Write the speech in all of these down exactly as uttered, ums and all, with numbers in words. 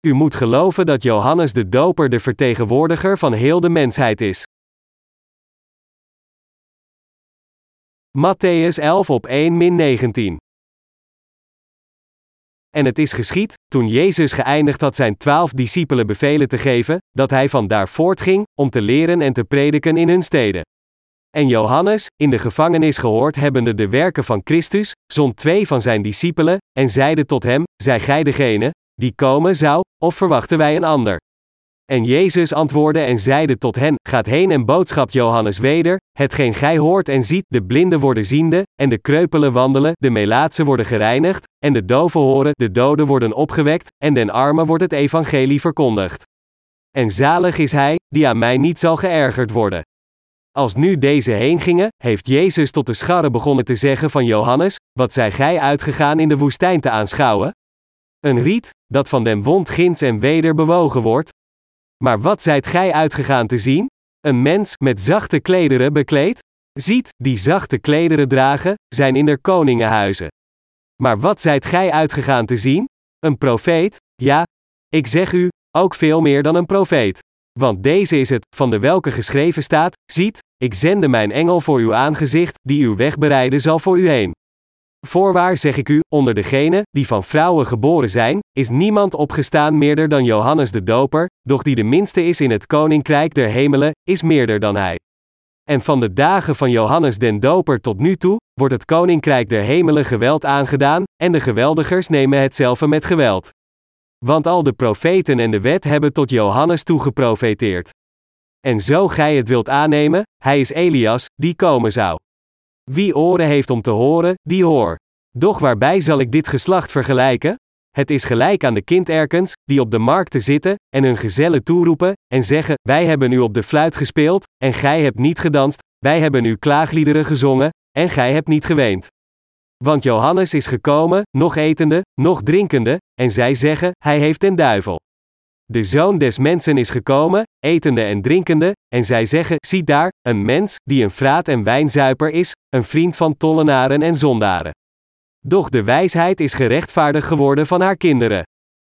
U moet geloven dat Johannes de Doper de vertegenwoordiger van heel de mensheid is. Mattheüs elf op één tot negentien. En het is geschied, toen Jezus geëindigd had zijn twaalf discipelen bevelen te geven, dat hij van daar voortging, om te leren en te prediken in hun steden. En Johannes, in de gevangenis gehoord hebbende de werken van Christus, zond twee van zijn discipelen, en zeide tot hem, zij gij degene, die komen zou, of verwachten wij een ander? En Jezus antwoordde en zeide tot hen, gaat heen en boodschapt Johannes weder, hetgeen gij hoort en ziet, de blinden worden ziende, en de kreupelen wandelen, de melaatsen worden gereinigd, en de doven horen, de doden worden opgewekt, en den armen wordt het evangelie verkondigd. En zalig is hij, die aan mij niet zal geërgerd worden. Als nu deze heen gingen, heeft Jezus tot de scharre begonnen te zeggen van Johannes, wat zij gij uitgegaan in de woestijn te aanschouwen? Een riet, dat van den wond ginds en weder bewogen wordt? Maar wat zijt gij uitgegaan te zien? Een mens, met zachte klederen bekleed? Ziet, die zachte klederen dragen, zijn in der koningenhuizen. Maar wat zijt gij uitgegaan te zien? Een profeet? Ja, ik zeg u, ook veel meer dan een profeet. Want deze is het, van de welke geschreven staat, ziet, ik zende mijn engel voor uw aangezicht, die uw weg bereiden zal voor u heen. Voorwaar zeg ik u, onder degenen, die van vrouwen geboren zijn, is niemand opgestaan meerder dan Johannes de Doper, doch die de minste is in het koninkrijk der hemelen, is meerder dan hij. En van de dagen van Johannes den Doper tot nu toe, wordt het koninkrijk der hemelen geweld aangedaan, en de geweldigers nemen hetzelfde met geweld. Want al de profeten en de wet hebben tot Johannes toegeprofeteerd. En zo gij het wilt aannemen, hij is Elias, die komen zou. Wie oren heeft om te horen, die hoor. Doch waarbij zal ik dit geslacht vergelijken? Het is gelijk aan de kinderkens, die op de markten zitten, en hun gezellen toeroepen, en zeggen, wij hebben u op de fluit gespeeld, en gij hebt niet gedanst, wij hebben u klaagliederen gezongen, en gij hebt niet geweend. Want Johannes is gekomen, nog etende, nog drinkende, en zij zeggen, hij heeft den duivel. De Zoon des Mensen is gekomen, etende en drinkende, en zij zeggen, zie daar, een mens, die een vraat en wijnzuiper is, een vriend van tollenaren en zondaren. Doch de wijsheid is gerechtvaardigd geworden van haar kinderen.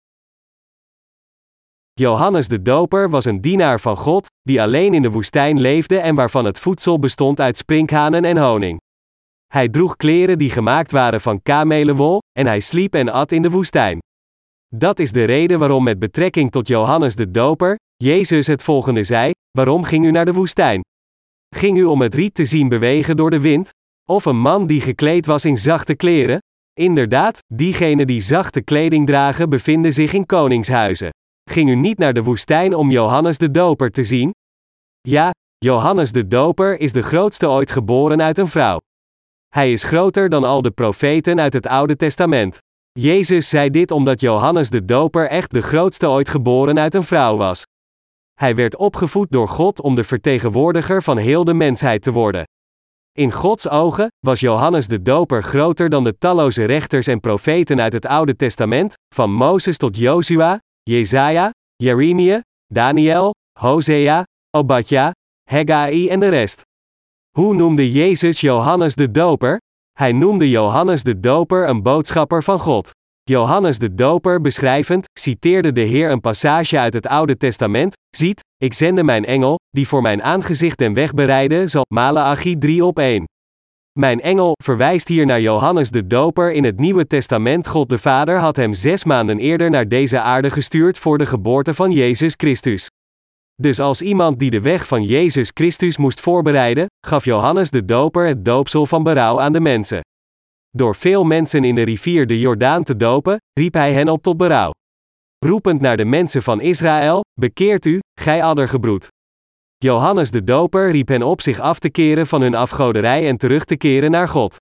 Johannes de Doper was een dienaar van God, die alleen in de woestijn leefde en waarvan het voedsel bestond uit sprinkhanen en honing. Hij droeg kleren die gemaakt waren van kamelenwol, en hij sliep en at in de woestijn. Dat is de reden waarom met betrekking tot Johannes de Doper, Jezus het volgende zei, waarom ging u naar de woestijn? Ging u om het riet te zien bewegen door de wind? Of een man die gekleed was in zachte kleren? Inderdaad, diegenen die zachte kleding dragen bevinden zich in koningshuizen. Ging u niet naar de woestijn om Johannes de Doper te zien? Ja, Johannes de Doper is de grootste ooit geboren uit een vrouw. Hij is groter dan al de profeten uit het Oude Testament. Jezus zei dit omdat Johannes de Doper echt de grootste ooit geboren uit een vrouw was. Hij werd opgevoed door God om de vertegenwoordiger van heel de mensheid te worden. In Gods ogen was Johannes de Doper groter dan de talloze rechters en profeten uit het Oude Testament, van Mozes tot Jozua, Jesaja, Jeremia, Daniel, Hosea, Obadja, Haggai en de rest. Hoe noemde Jezus Johannes de Doper? Hij noemde Johannes de Doper een boodschapper van God. Johannes de Doper beschrijvend, citeerde de Heer een passage uit het Oude Testament, ziet, ik zende mijn engel, die voor mijn aangezicht den weg bereiden zal, Maleachi drie op één. Mijn engel verwijst hier naar Johannes de Doper in het Nieuwe Testament. God de Vader had hem zes maanden eerder naar deze aarde gestuurd voor de geboorte van Jezus Christus. Dus als iemand die de weg van Jezus Christus moest voorbereiden, gaf Johannes de Doper het doopsel van berouw aan de mensen. Door veel mensen in de rivier de Jordaan te dopen, riep hij hen op tot berouw. Roepend naar de mensen van Israël, bekeert u, gij addergebroed. Johannes de Doper riep hen op zich af te keren van hun afgoderij en terug te keren naar God.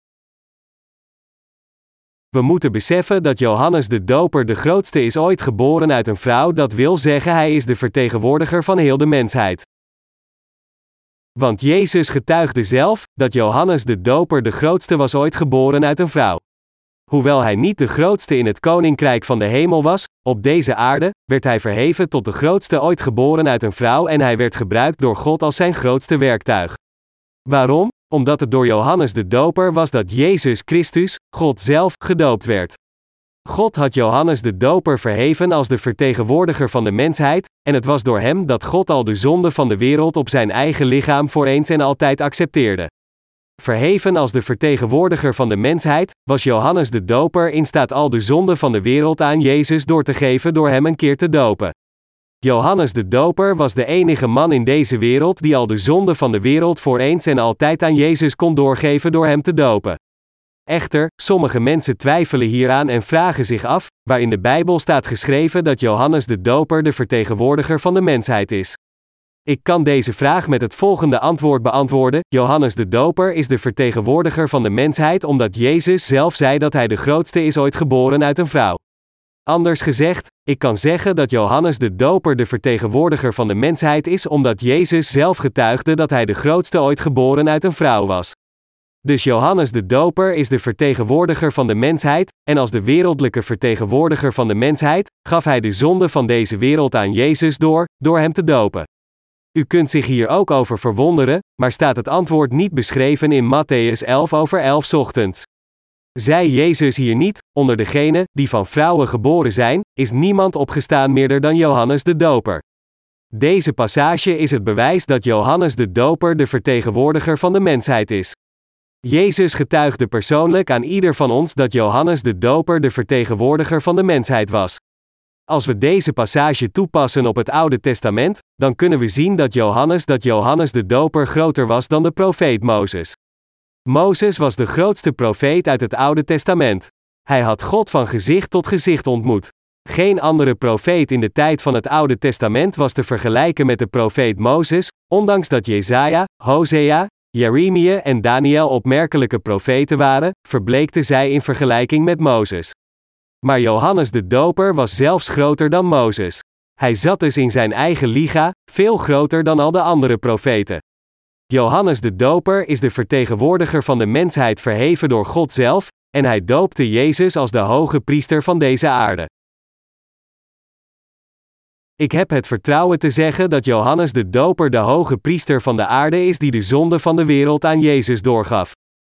We moeten beseffen dat Johannes de Doper de grootste is ooit geboren uit een vrouw, dat wil zeggen hij is de vertegenwoordiger van heel de mensheid. Want Jezus getuigde zelf, dat Johannes de Doper de grootste was ooit geboren uit een vrouw. Hoewel hij niet de grootste in het koninkrijk van de hemel was, op deze aarde, werd hij verheven tot de grootste ooit geboren uit een vrouw en hij werd gebruikt door God als zijn grootste werktuig. Waarom? Omdat het door Johannes de Doper was dat Jezus Christus, God zelf, gedoopt werd. God had Johannes de Doper verheven als de vertegenwoordiger van de mensheid, en het was door hem dat God al de zonde van de wereld op zijn eigen lichaam voor eens en altijd accepteerde. Verheven als de vertegenwoordiger van de mensheid, was Johannes de Doper in staat al de zonde van de wereld aan Jezus door te geven door hem een keer te dopen. Johannes de Doper was de enige man in deze wereld die al de zonde van de wereld voor eens en altijd aan Jezus kon doorgeven door hem te dopen. Echter, sommige mensen twijfelen hieraan en vragen zich af, waar in de Bijbel staat geschreven dat Johannes de Doper de vertegenwoordiger van de mensheid is. Ik kan deze vraag met het volgende antwoord beantwoorden: Johannes de Doper is de vertegenwoordiger van de mensheid omdat Jezus zelf zei dat hij de grootste is ooit geboren uit een vrouw. Anders gezegd, ik kan zeggen dat Johannes de Doper de vertegenwoordiger van de mensheid is omdat Jezus zelf getuigde dat hij de grootste ooit geboren uit een vrouw was. Dus Johannes de Doper is de vertegenwoordiger van de mensheid, en als de wereldlijke vertegenwoordiger van de mensheid, gaf hij de zonde van deze wereld aan Jezus door, door hem te dopen. U kunt zich hier ook over verwonderen, maar staat het antwoord niet beschreven in Mattheüs elf over elf ochtends. Zei Jezus hier niet, onder degenen die van vrouwen geboren zijn, is niemand opgestaan meerder dan Johannes de Doper. Deze passage is het bewijs dat Johannes de Doper de vertegenwoordiger van de mensheid is. Jezus getuigde persoonlijk aan ieder van ons dat Johannes de Doper de vertegenwoordiger van de mensheid was. Als we deze passage toepassen op het Oude Testament, dan kunnen we zien dat Johannes dat Johannes de Doper groter was dan de profeet Mozes. Mozes was de grootste profeet uit het Oude Testament. Hij had God van gezicht tot gezicht ontmoet. Geen andere profeet in de tijd van het Oude Testament was te vergelijken met de profeet Mozes, ondanks dat Jesaja, Hosea, Jeremia en Daniel opmerkelijke profeten waren, verbleekten zij in vergelijking met Mozes. Maar Johannes de Doper was zelfs groter dan Mozes. Hij zat dus in zijn eigen liga, veel groter dan al de andere profeten. Johannes de Doper is de vertegenwoordiger van de mensheid verheven door God zelf, en hij doopte Jezus als de hoge priester van deze aarde. Ik heb het vertrouwen te zeggen dat Johannes de Doper de hoge priester van de aarde is die de zonde van de wereld aan Jezus doorgaf.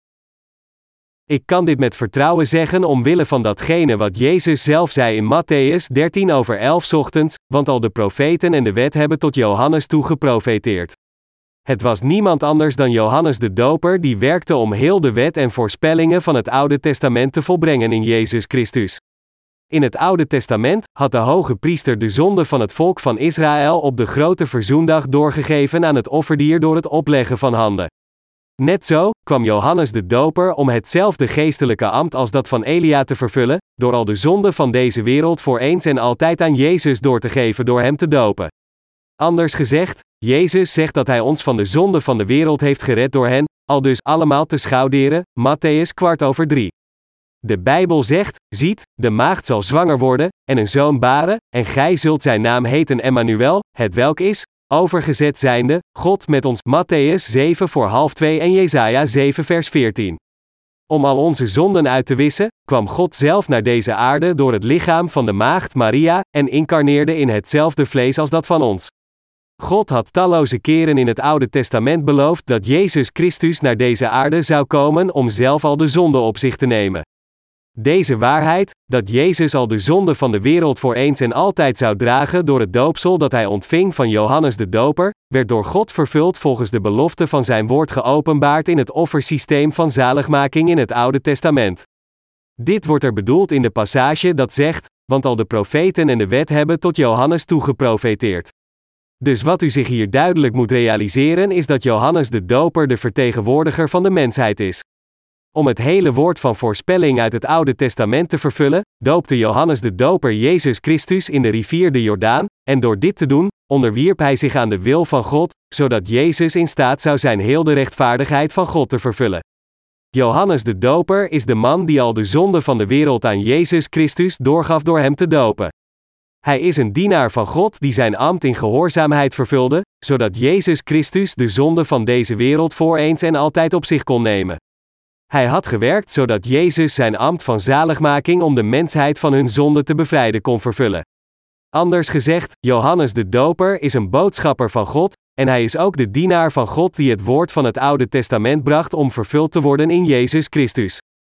Ik kan dit met vertrouwen zeggen omwille van datgene wat Jezus zelf zei in Mattheüs dertien over elf ochtends, want al de profeten en de wet hebben tot Johannes toe geprofeteerd. Het was niemand anders dan Johannes de Doper die werkte om heel de wet en voorspellingen van het Oude Testament te volbrengen in Jezus Christus. In het Oude Testament had de hoge priester de zonde van het volk van Israël op de grote verzoendag doorgegeven aan het offerdier door het opleggen van handen. Net zo kwam Johannes de Doper om hetzelfde geestelijke ambt als dat van Elia te vervullen, door al de zonde van deze wereld voor eens en altijd aan Jezus door te geven door hem te dopen. Anders gezegd, Jezus zegt dat hij ons van de zonde van de wereld heeft gered door hen, al dus allemaal te schouderen, Mattheüs kwart over drie. De Bijbel zegt, ziet, de maagd zal zwanger worden, en een zoon baren, en gij zult zijn naam heten Emmanuel, hetwelk is, overgezet zijnde, God met ons, Mattheüs zeven voor half twee en Jesaja zeven vers veertien. Om al onze zonden uit te wissen, kwam God zelf naar deze aarde door het lichaam van de maagd Maria, en incarneerde in hetzelfde vlees als dat van ons. God had talloze keren in het Oude Testament beloofd dat Jezus Christus naar deze aarde zou komen om zelf al de zonde op zich te nemen. Deze waarheid, dat Jezus al de zonde van de wereld voor eens en altijd zou dragen door het doopsel dat hij ontving van Johannes de Doper, werd door God vervuld volgens de belofte van zijn woord geopenbaard in het offersysteem van zaligmaking in het Oude Testament. Dit wordt er bedoeld in de passage dat zegt, want al de profeten en de wet hebben tot Johannes toegeprofeteerd. Dus wat u zich hier duidelijk moet realiseren is dat Johannes de Doper de vertegenwoordiger van de mensheid is. Om het hele woord van voorspelling uit het Oude Testament te vervullen, doopte Johannes de Doper Jezus Christus in de rivier de Jordaan, en door dit te doen, onderwierp hij zich aan de wil van God, zodat Jezus in staat zou zijn heel de rechtvaardigheid van God te vervullen. Johannes de Doper is de man die al de zonde van de wereld aan Jezus Christus doorgaf door hem te dopen. Hij is een dienaar van God die zijn ambt in gehoorzaamheid vervulde, zodat Jezus Christus de zonde van deze wereld voor eens en altijd op zich kon nemen. Hij had gewerkt zodat Jezus zijn ambt van zaligmaking om de mensheid van hun zonde te bevrijden kon vervullen. Anders gezegd, Johannes de Doper is een boodschapper van God, en hij is ook de dienaar van God die het woord van het Oude Testament bracht om vervuld te worden in Jezus Christus.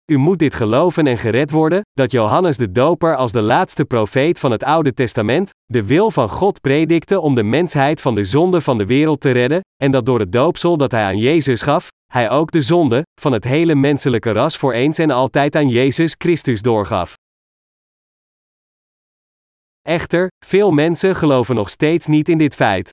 U moet dit geloven en gered worden, dat Johannes de Doper als de laatste profeet van het Oude Testament, de wil van God predikte om de mensheid van de zonde van de wereld te redden, en dat door het doopsel dat hij aan Jezus gaf, hij ook de zonde van het hele menselijke ras voor eens en altijd aan Jezus Christus doorgaf. Echter, veel mensen geloven nog steeds niet in dit feit.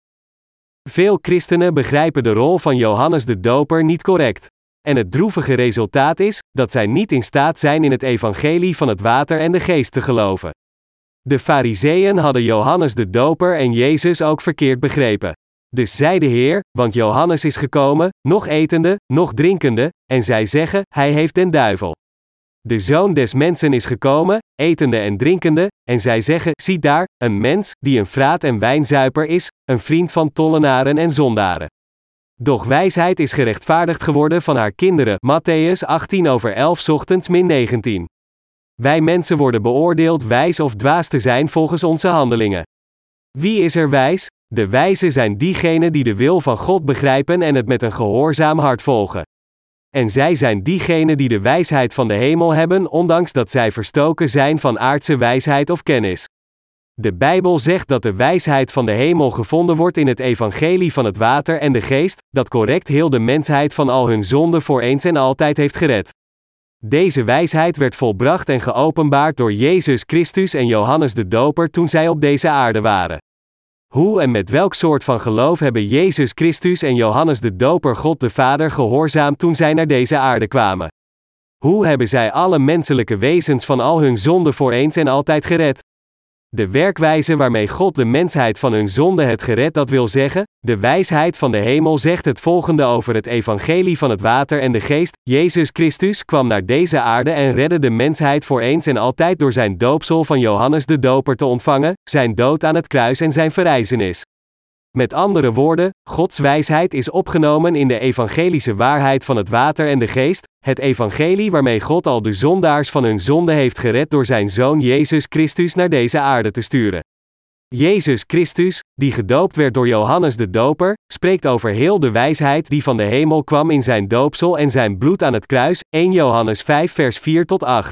Veel christenen begrijpen de rol van Johannes de Doper niet correct. En het droevige resultaat is, dat zij niet in staat zijn in het evangelie van het water en de geest te geloven. De Farizeeën hadden Johannes de Doper en Jezus ook verkeerd begrepen. Dus zei de Heer, want Johannes is gekomen, nog etende, nog drinkende, en zij zeggen, hij heeft den duivel. De Zoon des Mensen is gekomen, etende en drinkende, en zij zeggen, zie daar, een mens, die een vraat en wijnzuiper is, een vriend van tollenaren en zondaren. Doch wijsheid is gerechtvaardigd geworden van haar kinderen, Mattheüs achttien over elf ochtends min negentien. Wij mensen worden beoordeeld wijs of dwaas te zijn volgens onze handelingen. Wie is er wijs? De wijzen zijn diegenen die de wil van God begrijpen en het met een gehoorzaam hart volgen. En zij zijn diegenen die de wijsheid van de hemel hebben, ondanks dat zij verstoken zijn van aardse wijsheid of kennis. De Bijbel zegt dat de wijsheid van de hemel gevonden wordt in het evangelie van het water en de geest, dat correct heel de mensheid van al hun zonden voor eens en altijd heeft gered. Deze wijsheid werd volbracht en geopenbaard door Jezus Christus en Johannes de Doper toen zij op deze aarde waren. Hoe en met welk soort van geloof hebben Jezus Christus en Johannes de Doper God de Vader gehoorzaamd toen zij naar deze aarde kwamen? Hoe hebben zij alle menselijke wezens van al hun zonden voor eens en altijd gered? De werkwijze waarmee God de mensheid van hun zonde het gered, dat wil zeggen, de wijsheid van de hemel zegt het volgende over het evangelie van het water en de geest. Jezus Christus kwam naar deze aarde en redde de mensheid voor eens en altijd door zijn doopsel van Johannes de Doper te ontvangen, zijn dood aan het kruis en zijn verrijzenis. Met andere woorden, Gods wijsheid is opgenomen in de evangelische waarheid van het water en de geest, het evangelie waarmee God al de zondaars van hun zonde heeft gered door zijn Zoon Jezus Christus naar deze aarde te sturen. Jezus Christus, die gedoopt werd door Johannes de Doper, spreekt over heel de wijsheid die van de hemel kwam in zijn doopsel en zijn bloed aan het kruis, eerste Johannes vijf vers vier tot acht.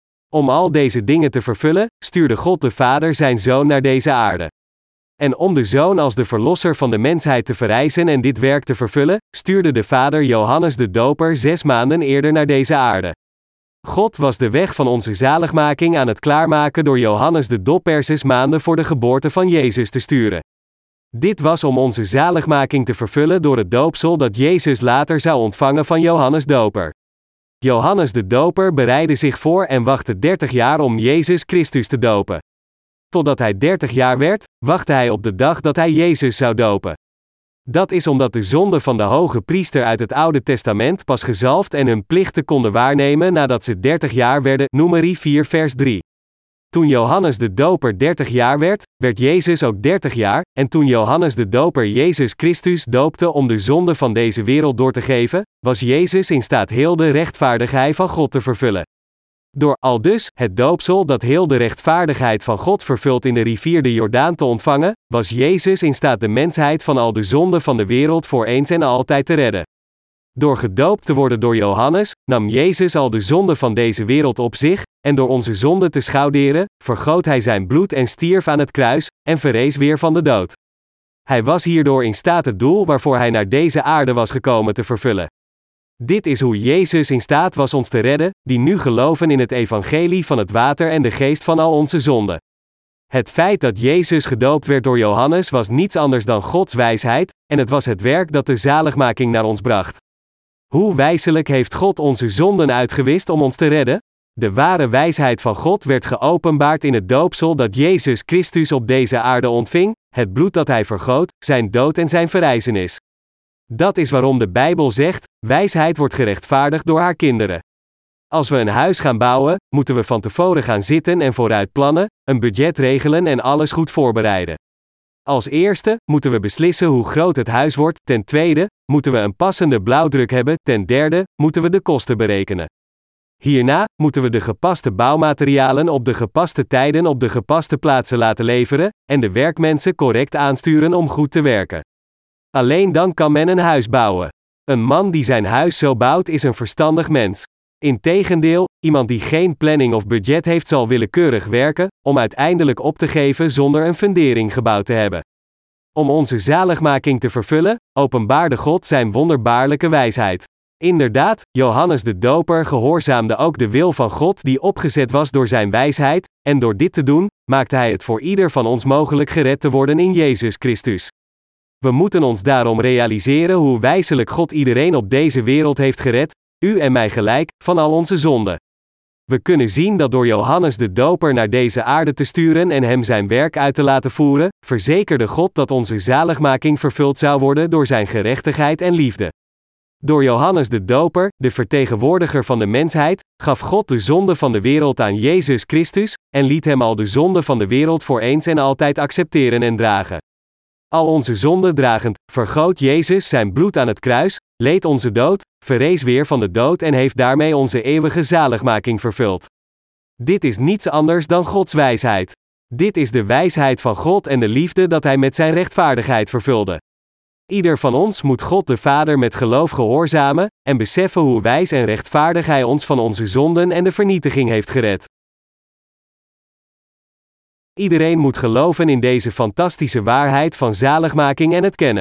Om al deze dingen te vervullen, stuurde God de Vader zijn Zoon naar deze aarde. En om de Zoon als de verlosser van de mensheid te verrijzen en dit werk te vervullen, stuurde de Vader Johannes de Doper zes maanden eerder naar deze aarde. God was de weg van onze zaligmaking aan het klaarmaken door Johannes de Doper zes maanden voor de geboorte van Jezus te sturen. Dit was om onze zaligmaking te vervullen door het doopsel dat Jezus later zou ontvangen van Johannes Doper. Johannes de Doper bereidde zich voor en wachtte dertig jaar om Jezus Christus te dopen. Totdat hij dertig jaar werd, wachtte hij op de dag dat hij Jezus zou dopen. Dat is omdat de zonden van de hoge priester uit het Oude Testament pas gezalfd en hun plichten konden waarnemen nadat ze dertig jaar werden, Numeri vier vers drie. Toen Johannes de Doper dertig jaar werd, werd Jezus ook dertig jaar, en toen Johannes de Doper Jezus Christus doopte om de zonde van deze wereld door te geven, was Jezus in staat heel de rechtvaardigheid van God te vervullen. Door, aldus, het doopsel dat heel de rechtvaardigheid van God vervult in de rivier de Jordaan te ontvangen, was Jezus in staat de mensheid van al de zonden van de wereld voor eens en altijd te redden. Door gedoopt te worden door Johannes, nam Jezus al de zonde van deze wereld op zich, en door onze zonde te schouderen, vergoot hij zijn bloed en stierf aan het kruis, en verrees weer van de dood. Hij was hierdoor in staat het doel waarvoor hij naar deze aarde was gekomen te vervullen. Dit is hoe Jezus in staat was ons te redden, die nu geloven in het evangelie van het water en de geest van al onze zonden. Het feit dat Jezus gedoopt werd door Johannes was niets anders dan Gods wijsheid, en het was het werk dat de zaligmaking naar ons bracht. Hoe wijselijk heeft God onze zonden uitgewist om ons te redden? De ware wijsheid van God werd geopenbaard in het doopsel dat Jezus Christus op deze aarde ontving, het bloed dat hij vergoot, zijn dood en zijn verrijzenis. Dat is waarom de Bijbel zegt, wijsheid wordt gerechtvaardigd door haar kinderen. Als we een huis gaan bouwen, moeten we van tevoren gaan zitten en vooruit plannen, een budget regelen en alles goed voorbereiden. Als eerste, moeten we beslissen hoe groot het huis wordt, ten tweede, moeten we een passende blauwdruk hebben, ten derde, moeten we de kosten berekenen. Hierna, moeten we de gepaste bouwmaterialen op de gepaste tijden op de gepaste plaatsen laten leveren, en de werkmensen correct aansturen om goed te werken. Alleen dan kan men een huis bouwen. Een man die zijn huis zo bouwt is een verstandig mens. Integendeel, iemand die geen planning of budget heeft zal willekeurig werken, om uiteindelijk op te geven zonder een fundering gebouwd te hebben. Om onze zaligmaking te vervullen, openbaarde God zijn wonderbaarlijke wijsheid. Inderdaad, Johannes de Doper gehoorzaamde ook de wil van God die opgezet was door zijn wijsheid, en door dit te doen, maakte hij het voor ieder van ons mogelijk gered te worden in Jezus Christus. We moeten ons daarom realiseren hoe wijselijk God iedereen op deze wereld heeft gered, u en mij gelijk, van al onze zonden. We kunnen zien dat door Johannes de Doper naar deze aarde te sturen en hem zijn werk uit te laten voeren, verzekerde God dat onze zaligmaking vervuld zou worden door zijn gerechtigheid en liefde. Door Johannes de Doper, de vertegenwoordiger van de mensheid, gaf God de zonde van de wereld aan Jezus Christus, en liet hem al de zonde van de wereld voor eens en altijd accepteren en dragen. Al onze zonden dragend, vergoot Jezus zijn bloed aan het kruis, leed onze dood, verrees weer van de dood en heeft daarmee onze eeuwige zaligmaking vervuld. Dit is niets anders dan Gods wijsheid. Dit is de wijsheid van God en de liefde dat Hij met zijn rechtvaardigheid vervulde. Ieder van ons moet God de Vader met geloof gehoorzamen, en beseffen hoe wijs en rechtvaardig Hij ons van onze zonden en de vernietiging heeft gered. Iedereen moet geloven in deze fantastische waarheid van zaligmaking en het kennen.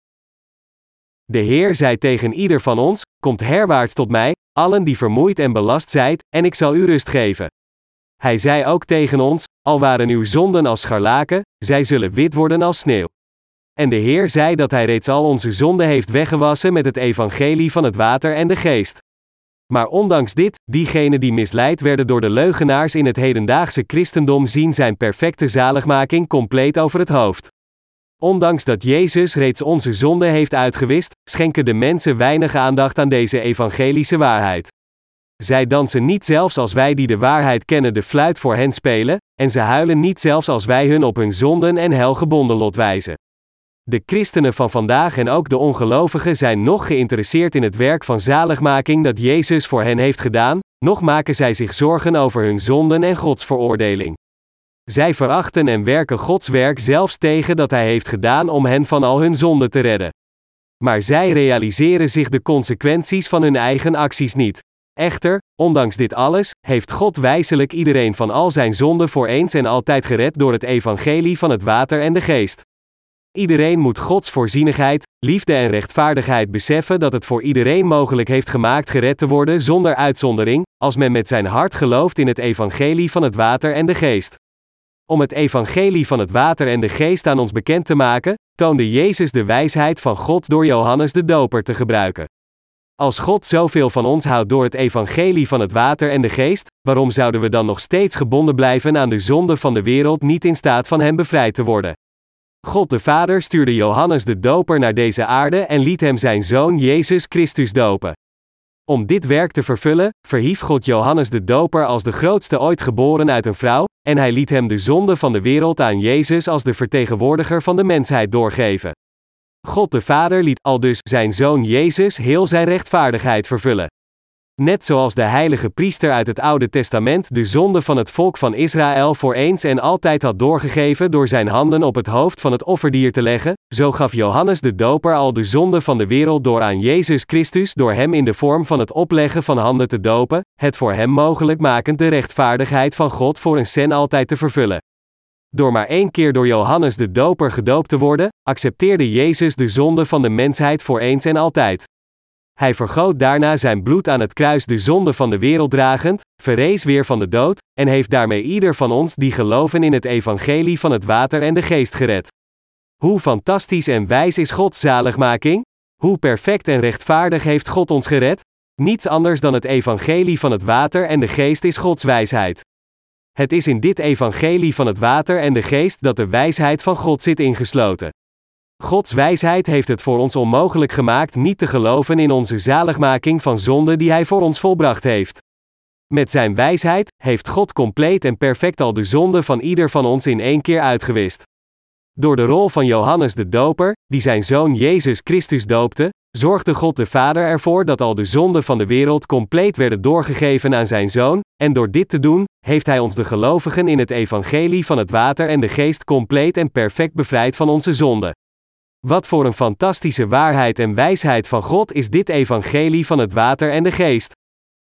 De Heer zei tegen ieder van ons: Komt herwaarts tot mij, allen die vermoeid en belast zijt, en ik zal u rust geven. Hij zei ook tegen ons: Al waren uw zonden als scharlaken, zij zullen wit worden als sneeuw. En de Heer zei dat Hij reeds al onze zonden heeft weggewassen met het evangelie van het water en de geest. Maar ondanks dit, diegenen die misleid werden door de leugenaars in het hedendaagse christendom zien zijn perfecte zaligmaking compleet over het hoofd. Ondanks dat Jezus reeds onze zonde heeft uitgewist, schenken de mensen weinig aandacht aan deze evangelische waarheid. Zij dansen niet zelfs als wij die de waarheid kennen de fluit voor hen spelen, en ze huilen niet zelfs als wij hun op hun zonden en hel gebonden lot wijzen. De christenen van vandaag en ook de ongelovigen zijn nog geïnteresseerd in het werk van zaligmaking dat Jezus voor hen heeft gedaan, nog maken zij zich zorgen over hun zonden en Gods veroordeling. Zij verachten en werken Gods werk zelfs tegen dat Hij heeft gedaan om hen van al hun zonden te redden. Maar zij realiseren zich de consequenties van hun eigen acties niet. Echter, ondanks dit alles, heeft God wijselijk iedereen van al zijn zonden voor eens en altijd gered door het evangelie van het water en de geest. Iedereen moet Gods voorzienigheid, liefde en rechtvaardigheid beseffen dat het voor iedereen mogelijk heeft gemaakt gered te worden zonder uitzondering, als men met zijn hart gelooft in het evangelie van het water en de geest. Om het evangelie van het water en de geest aan ons bekend te maken, toonde Jezus de wijsheid van God door Johannes de Doper te gebruiken. Als God zoveel van ons houdt door het evangelie van het water en de geest, waarom zouden we dan nog steeds gebonden blijven aan de zonde van de wereld niet in staat van hem bevrijd te worden? God de Vader stuurde Johannes de Doper naar deze aarde en liet hem zijn Zoon Jezus Christus dopen. Om dit werk te vervullen, verhief God Johannes de Doper als de grootste ooit geboren uit een vrouw, en hij liet hem de zonde van de wereld aan Jezus als de vertegenwoordiger van de mensheid doorgeven. God de Vader liet aldus zijn Zoon Jezus heel zijn rechtvaardigheid vervullen. Net zoals de heilige priester uit het Oude Testament de zonde van het volk van Israël voor eens en altijd had doorgegeven door zijn handen op het hoofd van het offerdier te leggen, zo gaf Johannes de Doper al de zonde van de wereld door aan Jezus Christus door hem in de vorm van het opleggen van handen te dopen, het voor hem mogelijk makend de rechtvaardigheid van God voor eens en altijd te vervullen. Door maar één keer door Johannes de Doper gedoopt te worden, accepteerde Jezus de zonde van de mensheid voor eens en altijd. Hij vergoot daarna zijn bloed aan het kruis de zonde van de wereld dragend, verrees weer van de dood, en heeft daarmee ieder van ons die geloven in het evangelie van het water en de geest gered. Hoe fantastisch en wijs is Gods zaligmaking? Hoe perfect en rechtvaardig heeft God ons gered? Niets anders dan het evangelie van het water en de geest is Gods wijsheid. Het is in dit evangelie van het water en de geest dat de wijsheid van God zit ingesloten. Gods wijsheid heeft het voor ons onmogelijk gemaakt niet te geloven in onze zaligmaking van zonde die Hij voor ons volbracht heeft. Met zijn wijsheid heeft God compleet en perfect al de zonde van ieder van ons in één keer uitgewist. Door de rol van Johannes de Doper, die zijn Zoon Jezus Christus doopte, zorgde God de Vader ervoor dat al de zonden van de wereld compleet werden doorgegeven aan zijn Zoon, en door dit te doen, heeft Hij ons de gelovigen in het evangelie van het water en de geest compleet en perfect bevrijd van onze zonden. Wat voor een fantastische waarheid en wijsheid van God is dit evangelie van het water en de geest.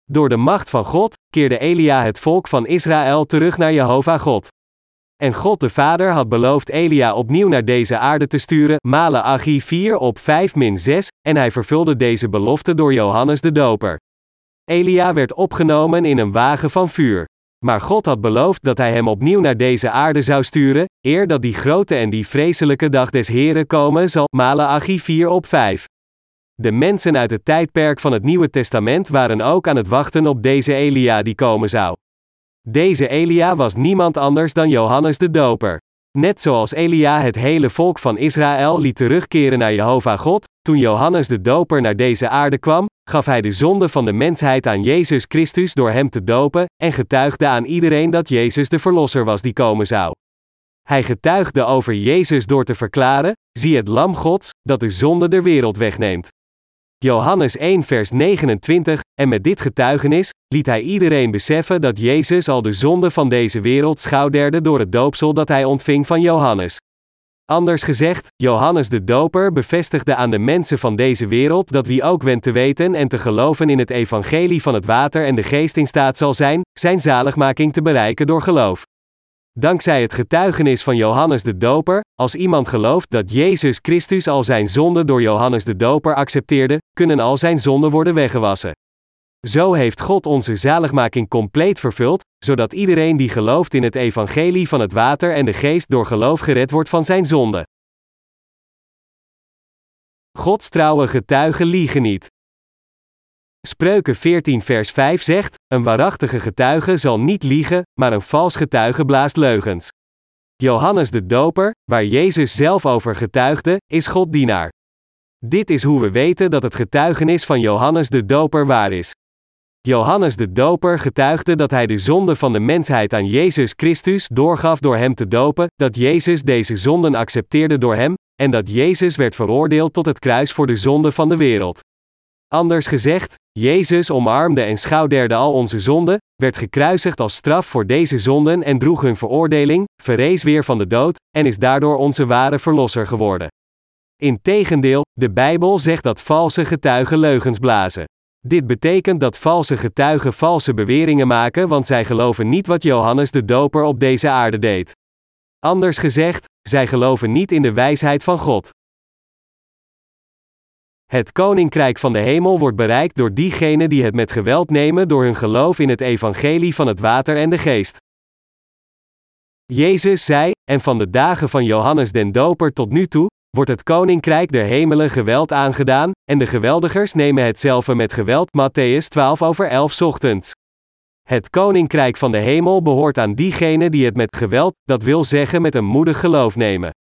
Door de macht van God, keerde Elia het volk van Israël terug naar Jehovah God. En God de Vader had beloofd Elia opnieuw naar deze aarde te sturen, Maleachi vier op vijf zes, en hij vervulde deze belofte door Johannes de Doper. Elia werd opgenomen in een wagen van vuur. Maar God had beloofd dat hij hem opnieuw naar deze aarde zou sturen, eer dat die grote en die vreselijke dag des Heren komen zal, Maleachi vier op vijf. De mensen uit het tijdperk van het Nieuwe Testament waren ook aan het wachten op deze Elia die komen zou. Deze Elia was niemand anders dan Johannes de Doper. Net zoals Elia het hele volk van Israël liet terugkeren naar Jehovah God, toen Johannes de Doper naar deze aarde kwam, gaf hij de zonde van de mensheid aan Jezus Christus door hem te dopen, en getuigde aan iedereen dat Jezus de Verlosser was die komen zou. Hij getuigde over Jezus door te verklaren: zie het lam Gods, dat de zonde der wereld wegneemt. Johannes één vers negenentwintig, en met dit getuigenis, liet hij iedereen beseffen dat Jezus al de zonde van deze wereld schouderde door het doopsel dat hij ontving van Johannes. Anders gezegd, Johannes de Doper bevestigde aan de mensen van deze wereld dat wie ook wenst te weten en te geloven in het evangelie van het water en de geest in staat zal zijn, zijn zaligmaking te bereiken door geloof. Dankzij het getuigenis van Johannes de Doper, als iemand gelooft dat Jezus Christus al zijn zonden door Johannes de Doper accepteerde, kunnen al zijn zonden worden weggewassen. Zo heeft God onze zaligmaking compleet vervuld, zodat iedereen die gelooft in het evangelie van het water en de geest door geloof gered wordt van zijn zonde. Gods trouwe getuigen liegen niet. Spreuken veertien vers vijf zegt, een waarachtige getuige zal niet liegen, maar een vals getuige blaast leugens. Johannes de Doper, waar Jezus zelf over getuigde, is Goddienaar. Dit is hoe we weten dat het getuigenis van Johannes de Doper waar is. Johannes de Doper getuigde dat hij de zonde van de mensheid aan Jezus Christus doorgaf door hem te dopen, dat Jezus deze zonden accepteerde door hem, en dat Jezus werd veroordeeld tot het kruis voor de zonde van de wereld. Anders gezegd, Jezus omarmde en schouderde al onze zonden, werd gekruisigd als straf voor deze zonden en droeg hun veroordeling, verrees weer van de dood, en is daardoor onze ware verlosser geworden. Integendeel, de Bijbel zegt dat valse getuigen leugens blazen. Dit betekent dat valse getuigen valse beweringen maken, want zij geloven niet wat Johannes de Doper op deze aarde deed. Anders gezegd, zij geloven niet in de wijsheid van God. Het koninkrijk van de hemel wordt bereikt door diegenen die het met geweld nemen door hun geloof in het evangelie van het water en de geest. Jezus zei, en van de dagen van Johannes den Doper tot nu toe, wordt het koninkrijk der hemelen geweld aangedaan, en de geweldigers nemen hetzelfde met geweld, Mattheüs twaalf over elf ochtends. Het koninkrijk van de hemel behoort aan diegenen die het met geweld, dat wil zeggen met een moedig geloof nemen.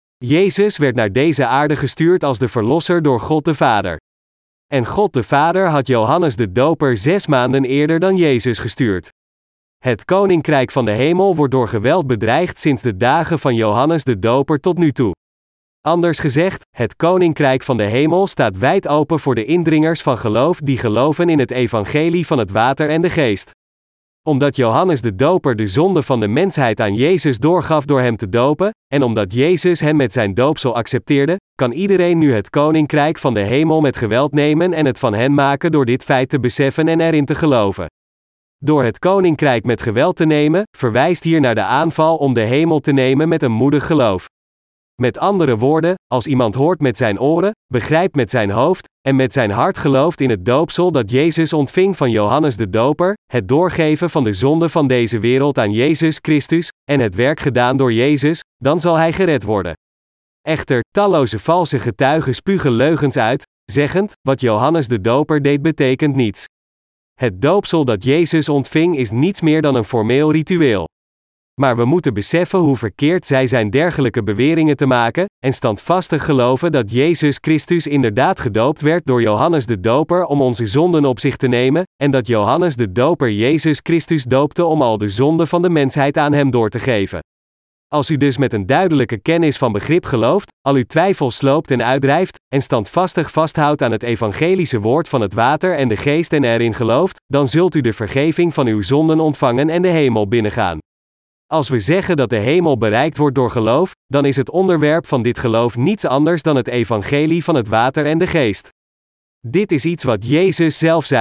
Jezus werd naar deze aarde gestuurd als de Verlosser door God de Vader. En God de Vader had Johannes de Doper zes maanden eerder dan Jezus gestuurd. Het koninkrijk van de hemel wordt door geweld bedreigd sinds de dagen van Johannes de Doper tot nu toe. Anders gezegd, het koninkrijk van de hemel staat wijd open voor de indringers van geloof die geloven in het evangelie van het water en de geest. Omdat Johannes de Doper de zonde van de mensheid aan Jezus doorgaf door hem te dopen, en omdat Jezus hem met zijn doopsel accepteerde, kan iedereen nu het koninkrijk van de hemel met geweld nemen en het van hen maken door dit feit te beseffen en erin te geloven. Door het koninkrijk met geweld te nemen, verwijst hier naar de aanval om de hemel te nemen met een moedig geloof. Met andere woorden, als iemand hoort met zijn oren, begrijpt met zijn hoofd, en met zijn hart gelooft in het doopsel dat Jezus ontving van Johannes de Doper, het doorgeven van de zonde van deze wereld aan Jezus Christus, en het werk gedaan door Jezus, dan zal hij gered worden. Echter, talloze valse getuigen spugen leugens uit, zeggend, wat Johannes de Doper deed betekent niets. Het doopsel dat Jezus ontving is niets meer dan een formeel ritueel. Maar we moeten beseffen hoe verkeerd zij zijn dergelijke beweringen te maken, en standvastig geloven dat Jezus Christus inderdaad gedoopt werd door Johannes de Doper om onze zonden op zich te nemen, en dat Johannes de Doper Jezus Christus doopte om al de zonden van de mensheid aan hem door te geven. Als u dus met een duidelijke kennis van begrip gelooft, al uw twijfels sloopt en uitdrijft, en standvastig vasthoudt aan het evangelische woord van het water en de geest en erin gelooft, dan zult u de vergeving van uw zonden ontvangen en de hemel binnengaan. Als we zeggen dat de hemel bereikt wordt door geloof, dan is het onderwerp van dit geloof niets anders dan het evangelie van het water en de geest. Dit is iets wat Jezus zelf zei.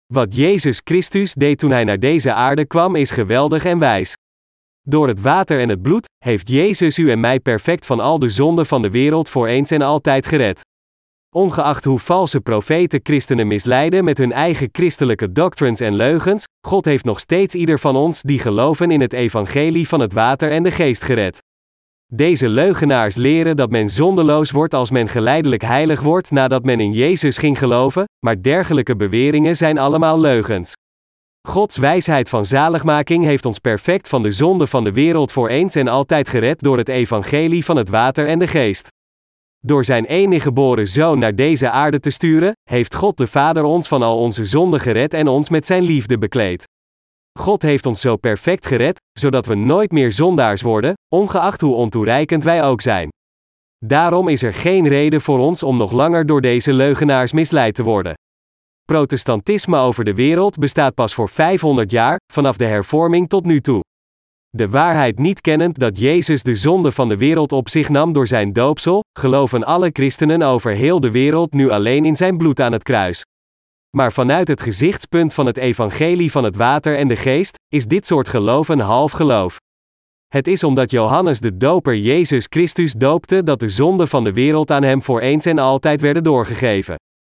Wat Jezus Christus deed toen hij naar deze aarde kwam is geweldig en wijs. Door het water en het bloed, heeft Jezus u en mij perfect van al de zonden van de wereld voor eens en altijd gered. Ongeacht hoe valse profeten christenen misleiden met hun eigen christelijke doctrines en leugens, God heeft nog steeds ieder van ons die geloven in het evangelie van het water en de geest gered. Deze leugenaars leren dat men zondeloos wordt als men geleidelijk heilig wordt nadat men in Jezus ging geloven, maar dergelijke beweringen zijn allemaal leugens. Gods wijsheid van zaligmaking heeft ons perfect van de zonde van de wereld voor eens en altijd gered door het evangelie van het water en de geest. Door zijn enige geboren Zoon naar deze aarde te sturen, heeft God de Vader ons van al onze zonden gered en ons met zijn liefde bekleed. God heeft ons zo perfect gered, zodat we nooit meer zondaars worden, ongeacht hoe ontoereikend wij ook zijn. Daarom is er geen reden voor ons om nog langer door deze leugenaars misleid te worden. Protestantisme over de wereld bestaat pas voor vijfhonderd jaar, vanaf de hervorming tot nu toe. De waarheid niet kennend dat Jezus de zonde van de wereld op zich nam door zijn doopsel, geloven alle christenen over heel de wereld nu alleen in zijn bloed aan het kruis. Maar vanuit het gezichtspunt van het evangelie van het water en de geest, is dit soort geloof een half geloof. Het is omdat Johannes de Doper Jezus Christus doopte dat de zonden van de wereld aan hem voor eens en altijd werden doorgegeven.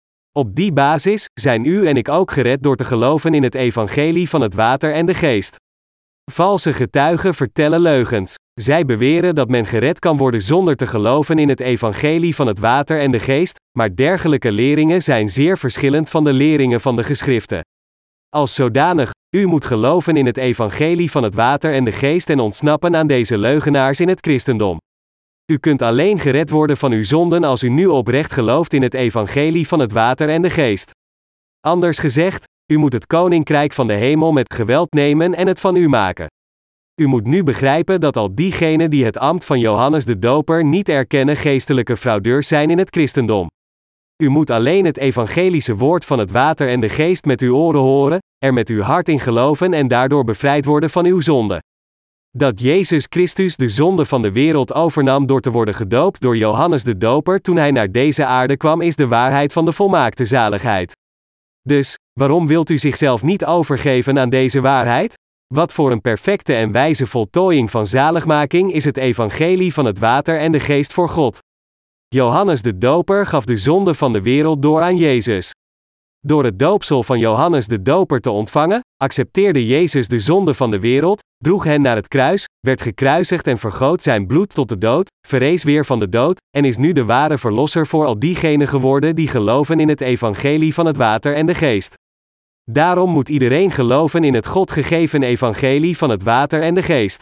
Op die basis zijn u en ik ook gered door te geloven in het evangelie van het water en de geest. Valse getuigen vertellen leugens. Zij beweren dat men gered kan worden zonder te geloven in het evangelie van het water en de geest, maar dergelijke leringen zijn zeer verschillend van de leringen van de geschriften. Als zodanig, u moet geloven in het evangelie van het water en de geest en ontsnappen aan deze leugenaars in het christendom. U kunt alleen gered worden van uw zonden als u nu oprecht gelooft in het evangelie van het water en de geest. Anders gezegd, u moet het koninkrijk van de hemel met geweld nemen en het van u maken. U moet nu begrijpen dat al diegenen die het ambt van Johannes de Doper niet erkennen geestelijke fraudeurs zijn in het christendom. U moet alleen het evangelische woord van het water en de geest met uw oren horen, er met uw hart in geloven en daardoor bevrijd worden van uw zonde. Dat Jezus Christus de zonde van de wereld overnam door te worden gedoopt door Johannes de Doper toen hij naar deze aarde kwam is de waarheid van de volmaakte zaligheid. Dus, waarom wilt u zichzelf niet overgeven aan deze waarheid? Wat voor een perfecte en wijze voltooiing van zaligmaking is het evangelie van het water en de geest voor God. Johannes de Doper gaf de zonde van de wereld door aan Jezus. Door het doopsel van Johannes de Doper te ontvangen, accepteerde Jezus de zonde van de wereld, droeg hen naar het kruis, werd gekruisigd en vergoot zijn bloed tot de dood, verrees weer van de dood, en is nu de ware verlosser voor al diegenen geworden die geloven in het evangelie van het water en de geest. Daarom moet iedereen geloven in het God gegeven evangelie van het water en de geest.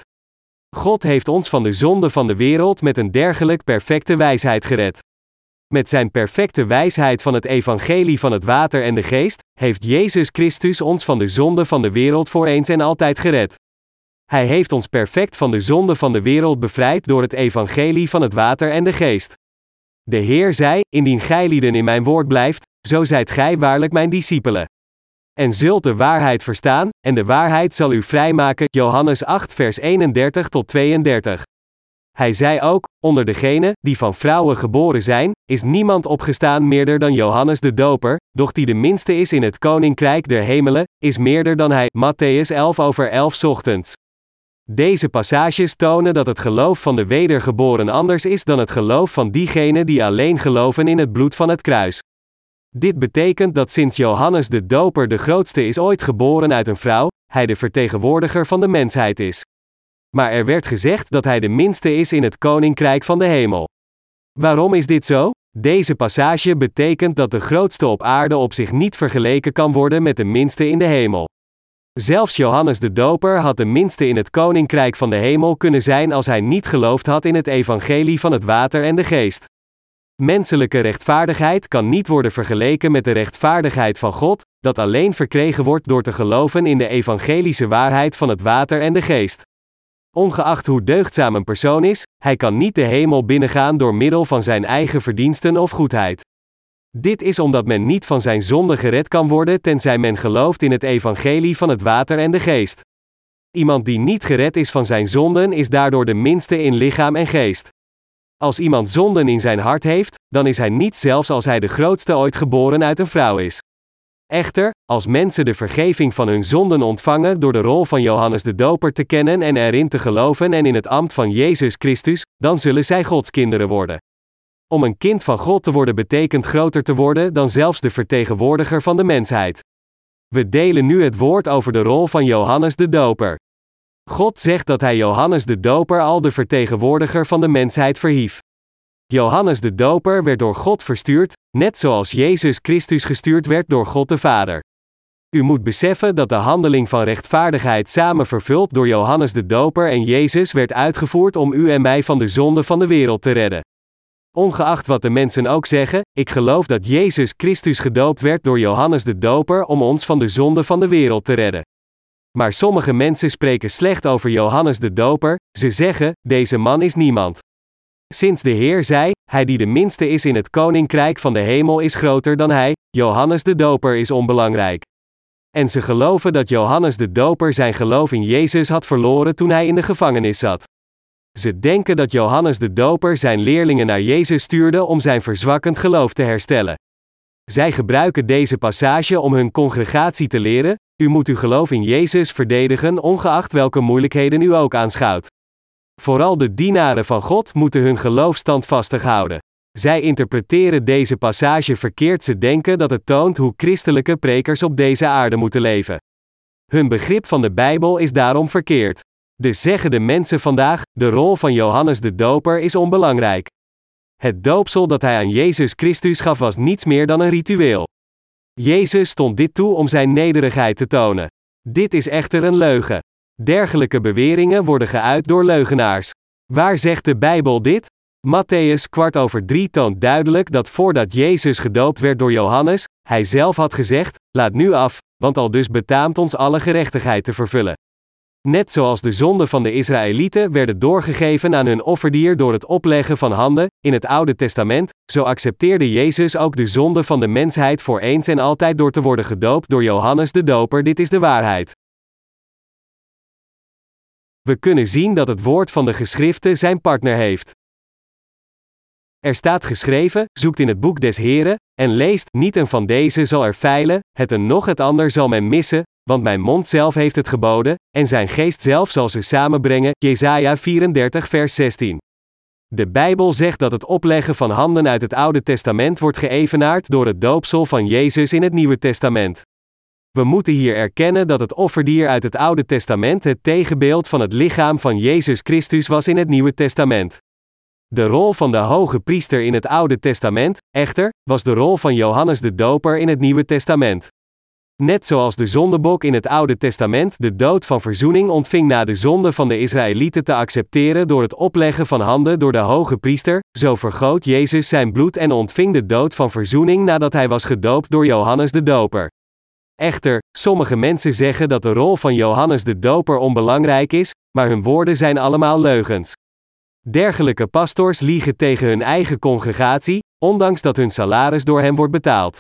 God heeft ons van de zonde van de wereld met een dergelijk perfecte wijsheid gered. Met zijn perfecte wijsheid van het evangelie van het water en de geest, heeft Jezus Christus ons van de zonde van de wereld voor eens en altijd gered. Hij heeft ons perfect van de zonde van de wereld bevrijd door het evangelie van het water en de geest. De Heer zei, indien gijlieden in mijn woord blijft, zo zijt gij waarlijk mijn discipelen. En zult de waarheid verstaan, en de waarheid zal u vrijmaken, Johannes acht vers eenendertig tot tweeëndertig. Hij zei ook, onder degenen, die van vrouwen geboren zijn, is niemand opgestaan meerder dan Johannes de Doper, doch die de minste is in het koninkrijk der hemelen, is meerder dan hij, Mattheüs elf over elf ochtends. Deze passages tonen dat het geloof van de wedergeboren anders is dan het geloof van diegenen die alleen geloven in het bloed van het kruis. Dit betekent dat sinds Johannes de Doper de grootste is ooit geboren uit een vrouw, hij de vertegenwoordiger van de mensheid is. Maar er werd gezegd dat hij de minste is in het koninkrijk van de hemel. Waarom is dit zo? Deze passage betekent dat de grootste op aarde op zich niet vergeleken kan worden met de minste in de hemel. Zelfs Johannes de Doper had de minste in het koninkrijk van de hemel kunnen zijn als hij niet geloofd had in het evangelie van het water en de geest. Menselijke rechtvaardigheid kan niet worden vergeleken met de rechtvaardigheid van God, dat alleen verkregen wordt door te geloven in de evangelische waarheid van het water en de geest. Ongeacht hoe deugdzaam een persoon is, hij kan niet de hemel binnengaan door middel van zijn eigen verdiensten of goedheid. Dit is omdat men niet van zijn zonde gered kan worden tenzij men gelooft in het evangelie van het water en de geest. Iemand die niet gered is van zijn zonden is daardoor de minste in lichaam en geest. Als iemand zonden in zijn hart heeft, dan is hij niet zelfs als hij de grootste ooit geboren uit een vrouw is. Echter, als mensen de vergeving van hun zonden ontvangen door de rol van Johannes de Doper te kennen en erin te geloven en in het ambt van Jezus Christus, dan zullen zij Gods kinderen worden. Om een kind van God te worden betekent groter te worden dan zelfs de vertegenwoordiger van de mensheid. We delen nu het woord over de rol van Johannes de Doper. God zegt dat hij Johannes de Doper al de vertegenwoordiger van de mensheid verhief. Johannes de Doper werd door God verstuurd, net zoals Jezus Christus gestuurd werd door God de Vader. U moet beseffen dat de handeling van rechtvaardigheid samen vervuld door Johannes de Doper en Jezus werd uitgevoerd om u en mij van de zonde van de wereld te redden. Ongeacht wat de mensen ook zeggen, ik geloof dat Jezus Christus gedoopt werd door Johannes de Doper om ons van de zonde van de wereld te redden. Maar sommige mensen spreken slecht over Johannes de Doper, ze zeggen, deze man is niemand. Sinds de Heer zei, hij die de minste is in het koninkrijk van de hemel is groter dan hij, Johannes de Doper is onbelangrijk. En ze geloven dat Johannes de Doper zijn geloof in Jezus had verloren toen hij in de gevangenis zat. Ze denken dat Johannes de Doper zijn leerlingen naar Jezus stuurde om zijn verzwakkend geloof te herstellen. Zij gebruiken deze passage om hun congregatie te leren, u moet uw geloof in Jezus verdedigen ongeacht welke moeilijkheden u ook aanschouwt. Vooral de dienaren van God moeten hun geloof standvastig houden. Zij interpreteren deze passage verkeerd, ze denken dat het toont hoe christelijke prekers op deze aarde moeten leven. Hun begrip van de Bijbel is daarom verkeerd. Dus zeggen de mensen vandaag, de rol van Johannes de Doper is onbelangrijk. Het doopsel dat hij aan Jezus Christus gaf was niets meer dan een ritueel. Jezus stond dit toe om zijn nederigheid te tonen. Dit is echter een leugen. Dergelijke beweringen worden geuit door leugenaars. Waar zegt de Bijbel dit? Mattheüs kwart over drie toont duidelijk dat voordat Jezus gedoopt werd door Johannes, hij zelf had gezegd, laat nu af, want al dus betaamt ons alle gerechtigheid te vervullen. Net zoals de zonden van de Israëlieten werden doorgegeven aan hun offerdier door het opleggen van handen, in het Oude Testament, zo accepteerde Jezus ook de zonde van de mensheid voor eens en altijd door te worden gedoopt door Johannes de Doper. Dit is de waarheid. We kunnen zien dat het woord van de geschriften zijn partner heeft. Er staat geschreven, zoekt in het boek des Heren, en leest, niet een van deze zal er feilen, het een noch het ander zal men missen, want mijn mond zelf heeft het geboden, en zijn geest zelf zal ze samenbrengen, Jesaja vierendertig vers zestien. De Bijbel zegt dat het opleggen van handen uit het Oude Testament wordt geëvenaard door het doopsel van Jezus in het Nieuwe Testament. We moeten hier erkennen dat het offerdier uit het Oude Testament het tegenbeeld van het lichaam van Jezus Christus was in het Nieuwe Testament. De rol van de hoge priester in het Oude Testament, echter, was de rol van Johannes de Doper in het Nieuwe Testament. Net zoals de zondebok in het Oude Testament de dood van verzoening ontving na de zonde van de Israëlieten te accepteren door het opleggen van handen door de hoge priester, zo vergoot Jezus zijn bloed en ontving de dood van verzoening nadat hij was gedoopt door Johannes de Doper. Echter, sommige mensen zeggen dat de rol van Johannes de Doper onbelangrijk is, maar hun woorden zijn allemaal leugens. Dergelijke pastors liegen tegen hun eigen congregatie, ondanks dat hun salaris door hem wordt betaald.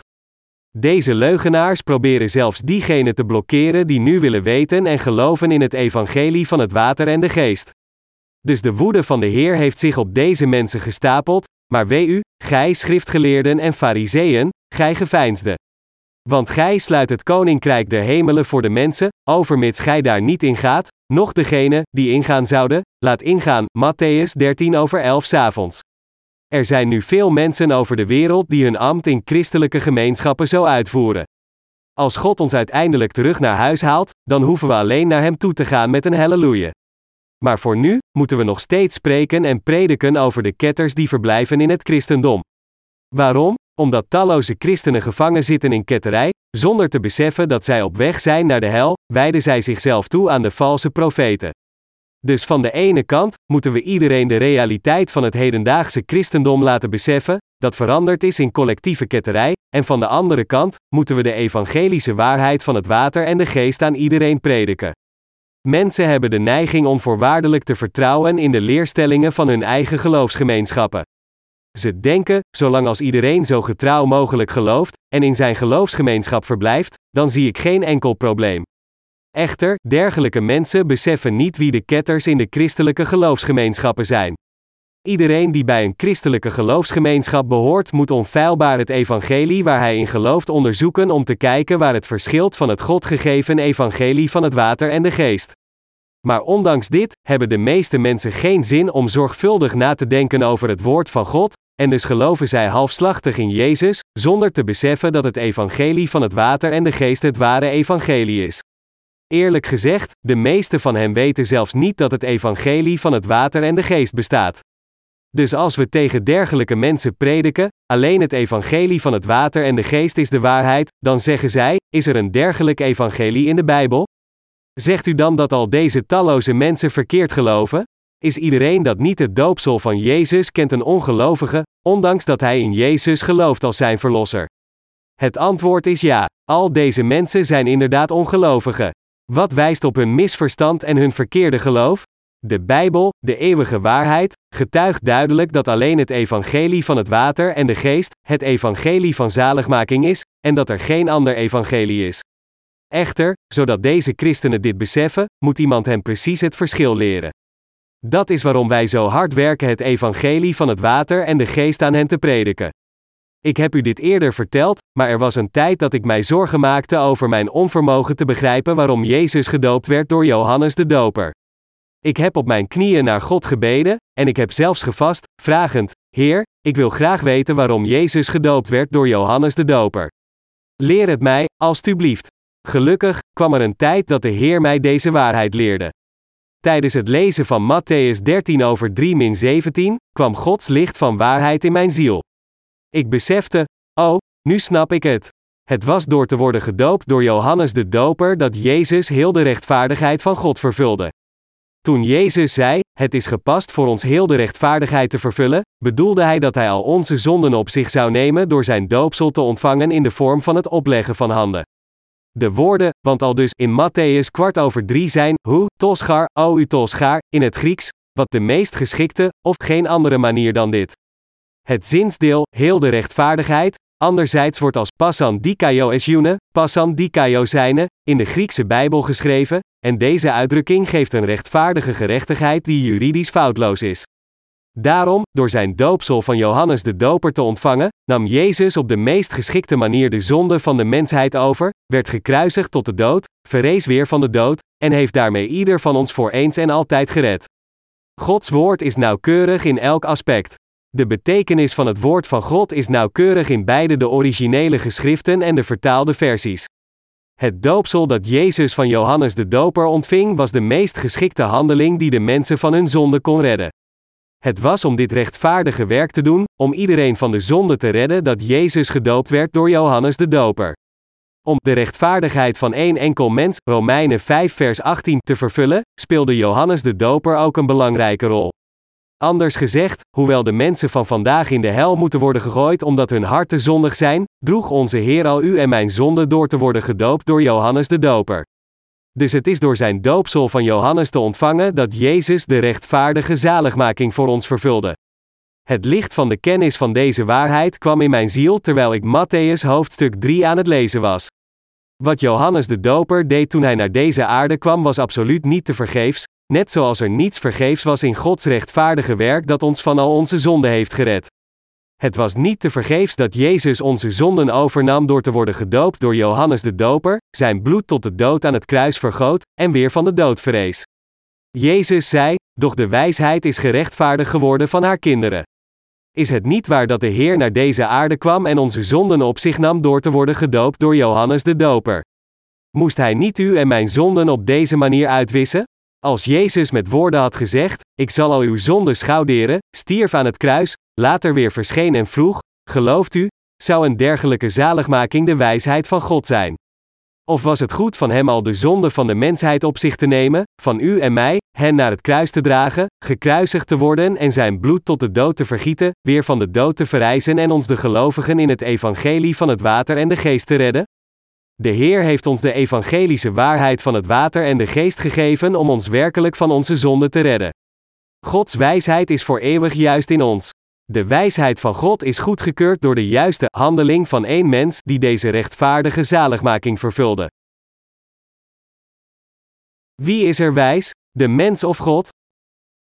Deze leugenaars proberen zelfs diegenen te blokkeren die nu willen weten en geloven in het evangelie van het water en de geest. Dus de woede van de Heer heeft zich op deze mensen gestapeld, maar wee u, gij schriftgeleerden en farizeeën, gij geveinsden. Want gij sluit het koninkrijk der hemelen voor de mensen, overmits gij daar niet ingaat, noch degene, die ingaan zouden, laat ingaan, Mattheüs dertien over elf 's avonds. Er zijn nu veel mensen over de wereld die hun ambt in christelijke gemeenschappen zo uitvoeren. Als God ons uiteindelijk terug naar huis haalt, dan hoeven we alleen naar hem toe te gaan met een halleluja. Maar voor nu, moeten we nog steeds spreken en prediken over de ketters die verblijven in het christendom. Waarom? Omdat talloze christenen gevangen zitten in ketterij, zonder te beseffen dat zij op weg zijn naar de hel, wijden zij zichzelf toe aan de valse profeten. Dus van de ene kant, moeten we iedereen de realiteit van het hedendaagse christendom laten beseffen, dat veranderd is in collectieve ketterij, en van de andere kant, moeten we de evangelische waarheid van het water en de geest aan iedereen prediken. Mensen hebben de neiging onvoorwaardelijk te vertrouwen in de leerstellingen van hun eigen geloofsgemeenschappen. Ze denken, zolang als iedereen zo getrouw mogelijk gelooft, en in zijn geloofsgemeenschap verblijft, dan zie ik geen enkel probleem. Echter, dergelijke mensen beseffen niet wie de ketters in de christelijke geloofsgemeenschappen zijn. Iedereen die bij een christelijke geloofsgemeenschap behoort, moet onfeilbaar het evangelie waar hij in gelooft onderzoeken om te kijken waar het verschilt van het God gegeven evangelie van het water en de geest. Maar ondanks dit, hebben de meeste mensen geen zin om zorgvuldig na te denken over het woord van God, en dus geloven zij halfslachtig in Jezus, zonder te beseffen dat het evangelie van het water en de geest het ware evangelie is. Eerlijk gezegd, de meeste van hen weten zelfs niet dat het evangelie van het water en de geest bestaat. Dus als we tegen dergelijke mensen prediken, alleen het evangelie van het water en de geest is de waarheid, dan zeggen zij, is er een dergelijk evangelie in de Bijbel? Zegt u dan dat al deze talloze mensen verkeerd geloven? Is iedereen dat niet het doopsel van Jezus kent een ongelovige, ondanks dat hij in Jezus gelooft als zijn verlosser? Het antwoord is ja, al deze mensen zijn inderdaad ongelovigen. Wat wijst op hun misverstand en hun verkeerde geloof? De Bijbel, de eeuwige waarheid, getuigt duidelijk dat alleen het evangelie van het water en de geest, het evangelie van zaligmaking is, en dat er geen ander evangelie is. Echter, zodat deze christenen dit beseffen, moet iemand hen precies het verschil leren. Dat is waarom wij zo hard werken het evangelie van het water en de geest aan hen te prediken. Ik heb u dit eerder verteld, maar er was een tijd dat ik mij zorgen maakte over mijn onvermogen te begrijpen waarom Jezus gedoopt werd door Johannes de Doper. Ik heb op mijn knieën naar God gebeden, en ik heb zelfs gevast, vragend, Heer, ik wil graag weten waarom Jezus gedoopt werd door Johannes de Doper. Leer het mij, alstublieft. Gelukkig kwam er een tijd dat de Heer mij deze waarheid leerde. Tijdens het lezen van Mattheüs dertien over drie zeventien, kwam Gods licht van waarheid in mijn ziel. Ik besefte, oh, nu snap ik het. Het was door te worden gedoopt door Johannes de Doper dat Jezus heel de rechtvaardigheid van God vervulde. Toen Jezus zei, het is gepast voor ons heel de rechtvaardigheid te vervullen, bedoelde hij dat hij al onze zonden op zich zou nemen door zijn doopsel te ontvangen in de vorm van het opleggen van handen. De woorden, want al dus in Mattheüs kwart over drie zijn, hu, toschar, o u toschar, in het Grieks, wat de meest geschikte, of geen andere manier dan dit. Het zinsdeel, heel de rechtvaardigheid, anderzijds wordt als passan dikaio esjoene, passan dikaio zijne, in de Griekse Bijbel geschreven, en deze uitdrukking geeft een rechtvaardige gerechtigheid die juridisch foutloos is. Daarom, door zijn doopsel van Johannes de Doper te ontvangen, nam Jezus op de meest geschikte manier de zonde van de mensheid over, werd gekruisigd tot de dood, verrees weer van de dood, en heeft daarmee ieder van ons voor eens en altijd gered. Gods woord is nauwkeurig in elk aspect. De betekenis van het woord van God is nauwkeurig in beide de originele geschriften en de vertaalde versies. Het doopsel dat Jezus van Johannes de Doper ontving was de meest geschikte handeling die de mensen van hun zonde kon redden. Het was om dit rechtvaardige werk te doen, om iedereen van de zonde te redden dat Jezus gedoopt werd door Johannes de Doper. Om de rechtvaardigheid van één enkel mens, Romeinen vijf vers achttien, te vervullen, speelde Johannes de Doper ook een belangrijke rol. Anders gezegd, hoewel de mensen van vandaag in de hel moeten worden gegooid omdat hun harten zondig zijn, droeg onze Heer al u en mijn zonde door te worden gedoopt door Johannes de Doper. Dus het is door zijn doopsel van Johannes te ontvangen dat Jezus de rechtvaardige zaligmaking voor ons vervulde. Het licht van de kennis van deze waarheid kwam in mijn ziel terwijl ik Mattheüs hoofdstuk drie aan het lezen was. Wat Johannes de Doper deed toen hij naar deze aarde kwam was absoluut niet tevergeefs, net zoals er niets vergeefs was in Gods rechtvaardige werk dat ons van al onze zonden heeft gered. Het was niet tevergeefs dat Jezus onze zonden overnam door te worden gedoopt door Johannes de Doper, zijn bloed tot de dood aan het kruis vergoot, en weer van de dood verrees. Jezus zei, doch de wijsheid is gerechtvaardigd geworden van haar kinderen. Is het niet waar dat de Heer naar deze aarde kwam en onze zonden op zich nam door te worden gedoopt door Johannes de Doper? Moest hij niet u en mijn zonden op deze manier uitwissen? Als Jezus met woorden had gezegd, ik zal al uw zonden schouderen, stierf aan het kruis, later weer verscheen en vroeg, gelooft u, zou een dergelijke zaligmaking de wijsheid van God zijn? Of was het goed van hem al de zonde van de mensheid op zich te nemen, van u en mij, hen naar het kruis te dragen, gekruisigd te worden en zijn bloed tot de dood te vergieten, weer van de dood te verrijzen en ons de gelovigen in het evangelie van het water en de geest te redden? De Heer heeft ons de evangelische waarheid van het water en de geest gegeven om ons werkelijk van onze zonde te redden. Gods wijsheid is voor eeuwig juist in ons. De wijsheid van God is goedgekeurd door de juiste handeling van één mens die deze rechtvaardige zaligmaking vervulde. Wie is er wijs, de mens of God?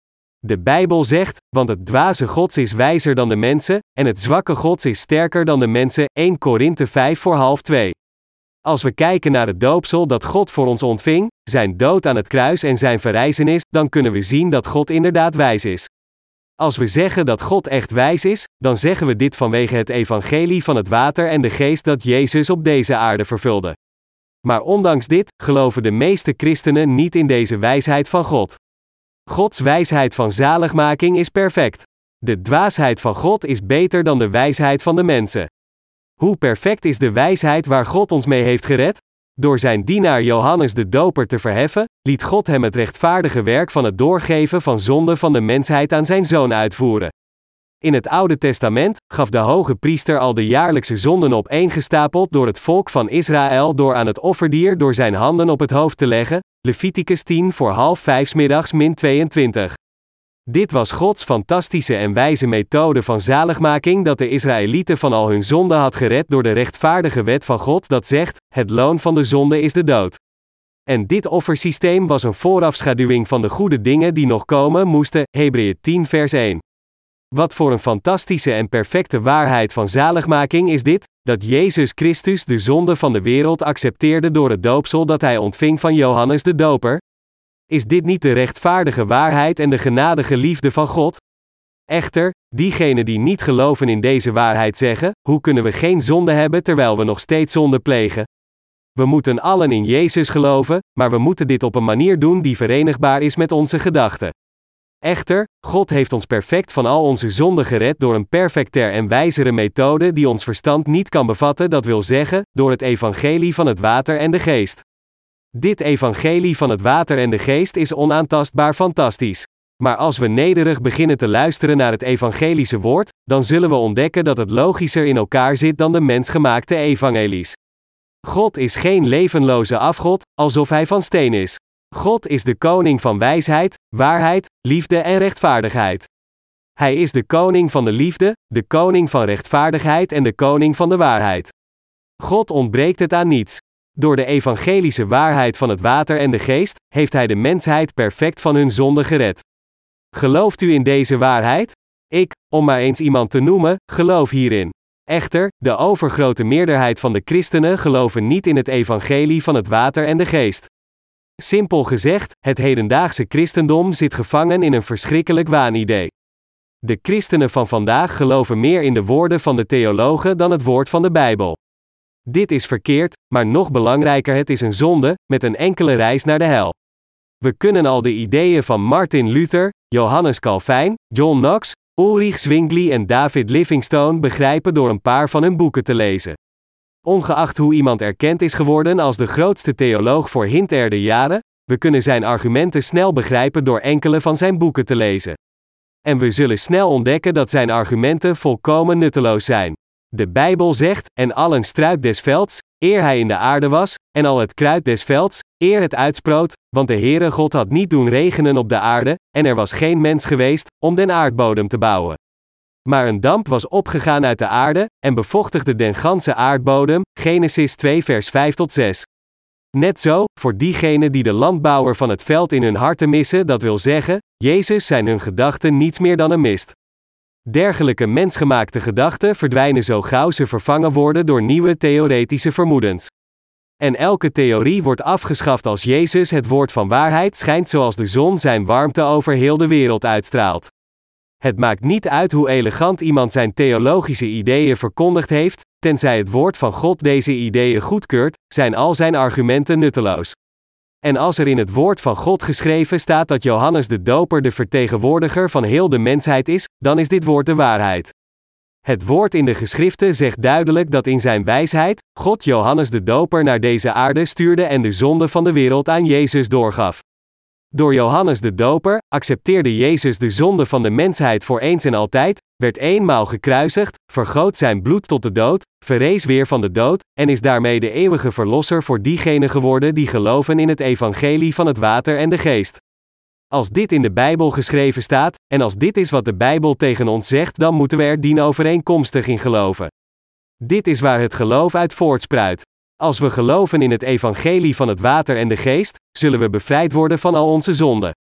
De Bijbel zegt, want het dwaze Gods is wijzer dan de mensen, en het zwakke Gods is sterker dan de mensen, Eerste Korinthe vijf voor half twee. Als we kijken naar het doopsel dat God voor ons ontving, zijn dood aan het kruis en zijn verrijzenis, dan kunnen we zien dat God inderdaad wijs is. Als we zeggen dat God echt wijs is, dan zeggen we dit vanwege het evangelie van het water en de geest dat Jezus op deze aarde vervulde. Maar ondanks dit, geloven de meeste christenen niet in deze wijsheid van God. Gods wijsheid van zaligmaking is perfect. De dwaasheid van God is beter dan de wijsheid van de mensen. Hoe perfect is de wijsheid waar God ons mee heeft gered? Door zijn dienaar Johannes de Doper te verheffen, liet God hem het rechtvaardige werk van het doorgeven van zonde van de mensheid aan zijn zoon uitvoeren. In het Oude Testament gaf de hoge priester al de jaarlijkse zonden opeengestapeld door het volk van Israël door aan het offerdier door zijn handen op het hoofd te leggen, Leviticus tien voor half vijf 's middags min tweeëntwintig. Dit was Gods fantastische en wijze methode van zaligmaking dat de Israëlieten van al hun zonden had gered door de rechtvaardige wet van God dat zegt, het loon van de zonde is de dood. En dit offersysteem was een voorafschaduwing van de goede dingen die nog komen moesten, Hebreeën tien vers één. Wat voor een fantastische en perfecte waarheid van zaligmaking is dit, dat Jezus Christus de zonde van de wereld accepteerde door het doopsel dat hij ontving van Johannes de Doper? Is dit niet de rechtvaardige waarheid en de genadige liefde van God? Echter, diegenen die niet geloven in deze waarheid zeggen, hoe kunnen we geen zonde hebben terwijl we nog steeds zonde plegen? We moeten allen in Jezus geloven, maar we moeten dit op een manier doen die verenigbaar is met onze gedachten. Echter, God heeft ons perfect van al onze zonden gered door een perfecter en wijzere methode die ons verstand niet kan bevatten, dat wil zeggen, door het evangelie van het water en de geest. Dit evangelie van het water en de geest is onaantastbaar fantastisch. Maar als we nederig beginnen te luisteren naar het evangelische woord, dan zullen we ontdekken dat het logischer in elkaar zit dan de mensgemaakte evangelies. God is geen levenloze afgod, alsof hij van steen is. God is de koning van wijsheid, waarheid, liefde en rechtvaardigheid. Hij is de koning van de liefde, de koning van rechtvaardigheid en de koning van de waarheid. God ontbreekt het aan niets. Door de evangelische waarheid van het water en de geest, heeft hij de mensheid perfect van hun zonde gered. Gelooft u in deze waarheid? Ik, om maar eens iemand te noemen, geloof hierin. Echter, de overgrote meerderheid van de christenen geloven niet in het evangelie van het water en de geest. Simpel gezegd, het hedendaagse christendom zit gevangen in een verschrikkelijk waanidee. De christenen van vandaag geloven meer in de woorden van de theologen dan het woord van de Bijbel. Dit is verkeerd, maar nog belangrijker, het is een zonde, met een enkele reis naar de hel. We kunnen al de ideeën van Martin Luther, Johannes Calvijn, John Knox, Ulrich Zwingli en David Livingstone begrijpen door een paar van hun boeken te lezen. Ongeacht hoe iemand erkend is geworden als de grootste theoloog voor hinterder jaren, we kunnen zijn argumenten snel begrijpen door enkele van zijn boeken te lezen. En we zullen snel ontdekken dat zijn argumenten volkomen nutteloos zijn. De Bijbel zegt, en al een struik des velds, eer hij in de aarde was, en al het kruid des velds, eer het uitsproot, want de Heere God had niet doen regenen op de aarde, en er was geen mens geweest, om den aardbodem te bouwen. Maar een damp was opgegaan uit de aarde, en bevochtigde den ganse aardbodem, Genesis twee vers vijf tot zes. Net zo, voor diegenen die de landbouwer van het veld in hun harten missen, dat wil zeggen, Jezus, zijn hun gedachten niets meer dan een mist. Dergelijke mensgemaakte gedachten verdwijnen zo gauw ze vervangen worden door nieuwe theoretische vermoedens. En elke theorie wordt afgeschaft als Jezus het woord van waarheid schijnt zoals de zon zijn warmte over heel de wereld uitstraalt. Het maakt niet uit hoe elegant iemand zijn theologische ideeën verkondigd heeft, tenzij het woord van God deze ideeën goedkeurt, zijn al zijn argumenten nutteloos. En als er in het woord van God geschreven staat dat Johannes de Doper de vertegenwoordiger van heel de mensheid is, dan is dit woord de waarheid. Het woord in de geschriften zegt duidelijk dat in zijn wijsheid, God Johannes de Doper naar deze aarde stuurde en de zonde van de wereld aan Jezus doorgaf. Door Johannes de Doper accepteerde Jezus de zonde van de mensheid voor eens en altijd, werd eenmaal gekruisigd, vergoot zijn bloed tot de dood, verrees weer van de dood, en is daarmee de eeuwige verlosser voor diegenen geworden die geloven in het evangelie van het water en de geest. Als dit in de Bijbel geschreven staat, en als dit is wat de Bijbel tegen ons zegt, dan moeten we er dienovereenkomstig in geloven. Dit is waar het geloof uit voortspruit. Als we geloven in het evangelie van het water en de geest, zullen we bevrijd worden van al onze zonden.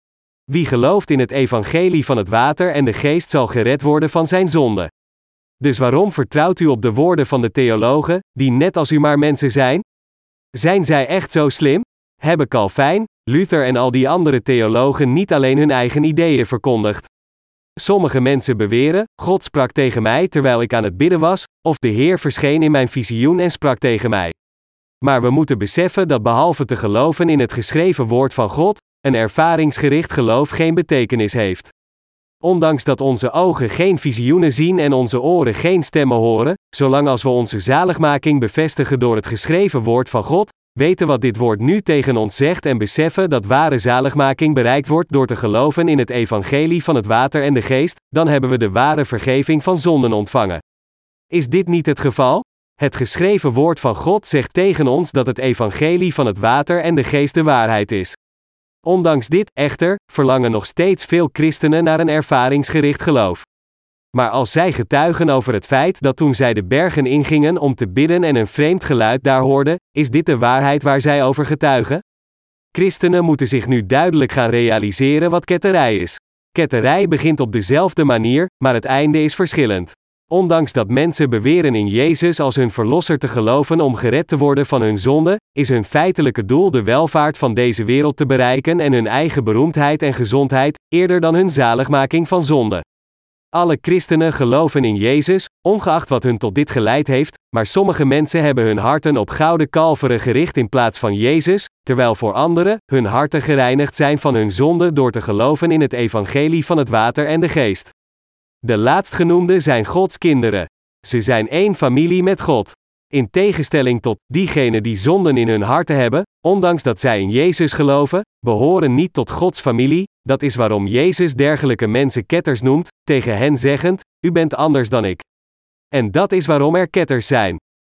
Wie gelooft in het evangelie van het water en de geest zal gered worden van zijn zonde. Dus waarom vertrouwt u op de woorden van de theologen, die net als u maar mensen zijn? Zijn zij echt zo slim? Hebben Calvijn, Luther en al die andere theologen niet alleen hun eigen ideeën verkondigd? Sommige mensen beweren, God sprak tegen mij terwijl ik aan het bidden was, of de Heer verscheen in mijn visioen en sprak tegen mij. Maar we moeten beseffen dat behalve te geloven in het geschreven woord van God, een ervaringsgericht geloof geen betekenis heeft. Ondanks dat onze ogen geen visioenen zien en onze oren geen stemmen horen, zolang als we onze zaligmaking bevestigen door het geschreven woord van God, weten wat dit woord nu tegen ons zegt en beseffen dat ware zaligmaking bereikt wordt door te geloven in het evangelie van het water en de geest, dan hebben we de ware vergeving van zonden ontvangen. Is dit niet het geval? Het geschreven woord van God zegt tegen ons dat het evangelie van het water en de geest de waarheid is. Ondanks dit, echter, verlangen nog steeds veel christenen naar een ervaringsgericht geloof. Maar als zij getuigen over het feit dat toen zij de bergen ingingen om te bidden en een vreemd geluid daar hoorden, is dit de waarheid waar zij over getuigen? Christenen moeten zich nu duidelijk gaan realiseren wat ketterij is. Ketterij begint op dezelfde manier, maar het einde is verschillend. Ondanks dat mensen beweren in Jezus als hun verlosser te geloven om gered te worden van hun zonde, is hun feitelijke doel de welvaart van deze wereld te bereiken en hun eigen beroemdheid en gezondheid, eerder dan hun zaligmaking van zonde. Alle christenen geloven in Jezus, ongeacht wat hun tot dit geleid heeft, maar sommige mensen hebben hun harten op gouden kalveren gericht in plaats van Jezus, terwijl voor anderen, hun harten gereinigd zijn van hun zonde door te geloven in het evangelie van het water en de geest. De laatstgenoemden zijn Gods kinderen. Ze zijn één familie met God. In tegenstelling tot diegenen die zonden in hun harten hebben, ondanks dat zij in Jezus geloven, behoren niet tot Gods familie. Dat is waarom Jezus dergelijke mensen ketters noemt, tegen hen zeggend, u bent anders dan ik. En dat is waarom er ketters zijn.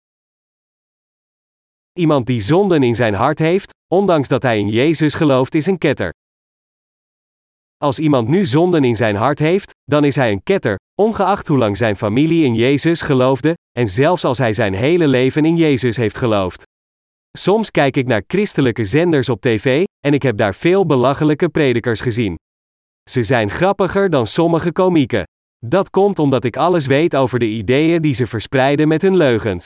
Iemand die zonden in zijn hart heeft, ondanks dat hij in Jezus gelooft, is een ketter. Als iemand nu zonden in zijn hart heeft, dan is hij een ketter, ongeacht hoe lang zijn familie in Jezus geloofde, en zelfs als hij zijn hele leven in Jezus heeft geloofd. Soms kijk ik naar christelijke zenders op tv, en ik heb daar veel belachelijke predikers gezien. Ze zijn grappiger dan sommige komieken. Dat komt omdat ik alles weet over de ideeën die ze verspreiden met hun leugens.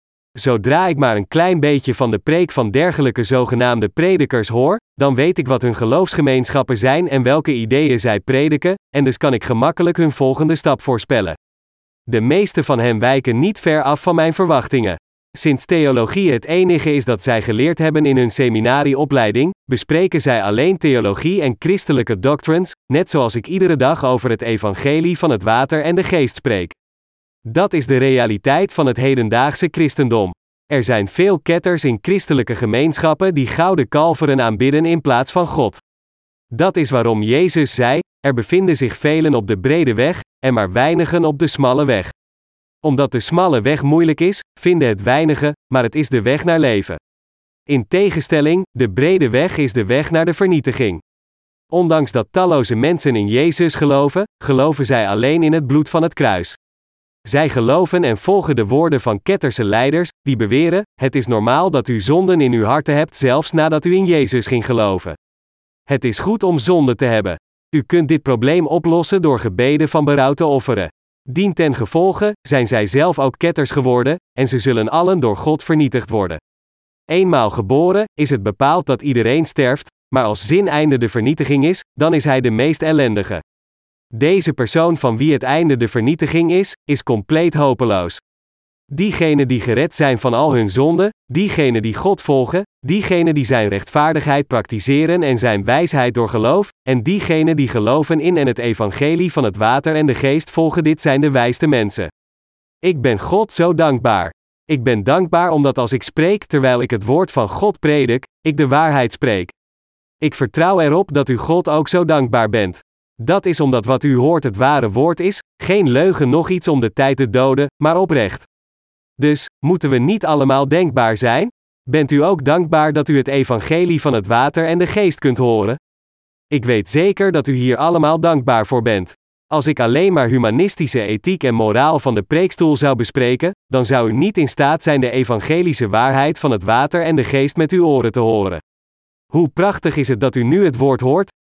Zodra ik maar een klein beetje van de preek van dergelijke zogenaamde predikers hoor, dan weet ik wat hun geloofsgemeenschappen zijn en welke ideeën zij prediken, en dus kan ik gemakkelijk hun volgende stap voorspellen. De meeste van hen wijken niet ver af van mijn verwachtingen. Sinds theologie het enige is dat zij geleerd hebben in hun seminarieopleiding, bespreken zij alleen theologie en christelijke doctrines, net zoals ik iedere dag over het evangelie van het water en de geest spreek. Dat is de realiteit van het hedendaagse christendom. Er zijn veel ketters in christelijke gemeenschappen die gouden kalveren aanbidden in plaats van God. Dat is waarom Jezus zei, er bevinden zich velen op de brede weg, en maar weinigen op de smalle weg. Omdat de smalle weg moeilijk is, vinden het weinigen, maar het is de weg naar leven. In tegenstelling, de brede weg is de weg naar de vernietiging. Ondanks dat talloze mensen in Jezus geloven, geloven zij alleen in het bloed van het kruis. Zij geloven en volgen de woorden van ketterse leiders, die beweren, het is normaal dat u zonden in uw harten hebt zelfs nadat u in Jezus ging geloven. Het is goed om zonde te hebben. U kunt dit probleem oplossen door gebeden van berouw te offeren. Dientengevolge zijn zij zelf ook ketters geworden, en ze zullen allen door God vernietigd worden. Eenmaal geboren, is het bepaald dat iedereen sterft, maar als zineinde de vernietiging is, dan is hij de meest ellendige. Deze persoon van wie het einde de vernietiging is, is compleet hopeloos. Diegenen die gered zijn van al hun zonden, diegenen die God volgen, diegenen die zijn rechtvaardigheid praktiseren en zijn wijsheid door geloof, en diegenen die geloven in en het evangelie van het water en de geest volgen, dit zijn de wijste mensen. Ik ben God zo dankbaar. Ik ben dankbaar omdat als ik spreek terwijl ik het woord van God predik, ik de waarheid spreek. Ik vertrouw erop dat u God ook zo dankbaar bent. Dat is omdat wat u hoort het ware woord is, geen leugen noch iets om de tijd te doden, maar oprecht. Dus, moeten we niet allemaal denkbaar zijn? Bent u ook dankbaar dat u het evangelie van het water en de geest kunt horen? Ik weet zeker dat u hier allemaal dankbaar voor bent. Als ik alleen maar humanistische ethiek en moraal van de preekstoel zou bespreken, dan zou u niet in staat zijn de evangelische waarheid van het water en de geest met uw oren te horen. Hoe prachtig is het dat u nu het woord hoort,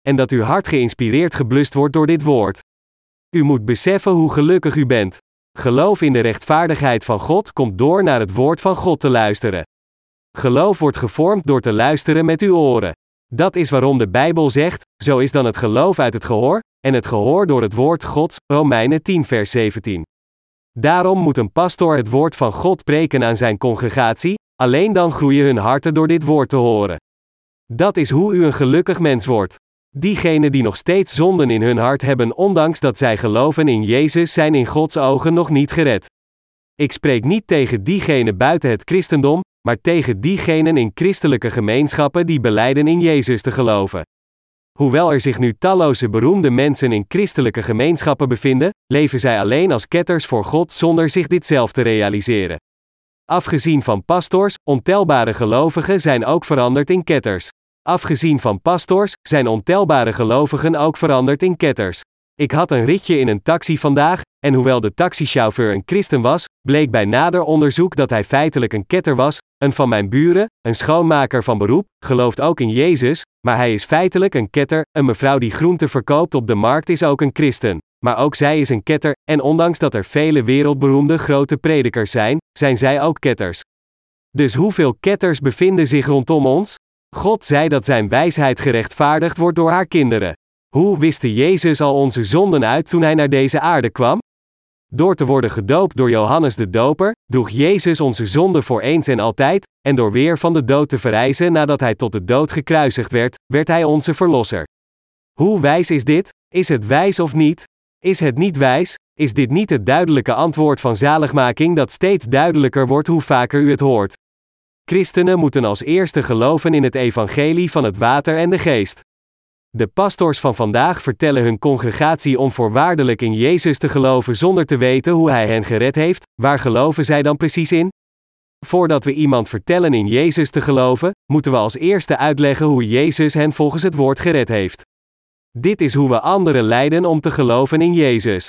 en dat uw hart geïnspireerd geblust wordt door dit woord. U moet beseffen hoe gelukkig u bent. Geloof in de rechtvaardigheid van God komt door naar het woord van God te luisteren. Geloof wordt gevormd door te luisteren met uw oren. Dat is waarom de Bijbel zegt, zo is dan het geloof uit het gehoor, en het gehoor door het woord Gods, Romeinen tien vers zeventien. Daarom moet een pastoor het woord van God preken aan zijn congregatie, alleen dan groeien hun harten door dit woord te horen. Dat is hoe u een gelukkig mens wordt. Diegenen die nog steeds zonden in hun hart hebben ondanks dat zij geloven in Jezus zijn in Gods ogen nog niet gered. Ik spreek niet tegen diegenen buiten het christendom, maar tegen diegenen in christelijke gemeenschappen die belijden in Jezus te geloven. Hoewel er zich nu talloze beroemde mensen in christelijke gemeenschappen bevinden, leven zij alleen als ketters voor God zonder zich dit zelf te realiseren. Afgezien van pastors, ontelbare gelovigen zijn ook veranderd in ketters. Afgezien van pastors, zijn ontelbare gelovigen ook veranderd in ketters. Ik had een ritje in een taxi vandaag, en hoewel de taxichauffeur een christen was, bleek bij nader onderzoek dat hij feitelijk een ketter was. Een van mijn buren, een schoonmaker van beroep, gelooft ook in Jezus, maar hij is feitelijk een ketter. Een mevrouw die groenten verkoopt op de markt is ook een christen. Maar ook zij is een ketter, en ondanks dat er vele wereldberoemde grote predikers zijn, zijn zij ook ketters. Dus hoeveel ketters bevinden zich rondom ons? God zei dat zijn wijsheid gerechtvaardigd wordt door haar kinderen. Hoe wiste Jezus al onze zonden uit toen hij naar deze aarde kwam? Door te worden gedoopt door Johannes de Doper, droeg Jezus onze zonden voor eens en altijd, en door weer van de dood te verrijzen nadat hij tot de dood gekruisigd werd, werd hij onze verlosser. Hoe wijs is dit? Is het wijs of niet? Is het niet wijs? Is dit niet het duidelijke antwoord van zaligmaking dat steeds duidelijker wordt hoe vaker u het hoort? Christenen moeten als eerste geloven in het evangelie van het water en de geest. De pastors van vandaag vertellen hun congregatie onvoorwaardelijk in Jezus te geloven zonder te weten hoe hij hen gered heeft. Waar geloven zij dan precies in? Voordat we iemand vertellen in Jezus te geloven, moeten we als eerste uitleggen hoe Jezus hen volgens het woord gered heeft. Dit is hoe we anderen leiden om te geloven in Jezus.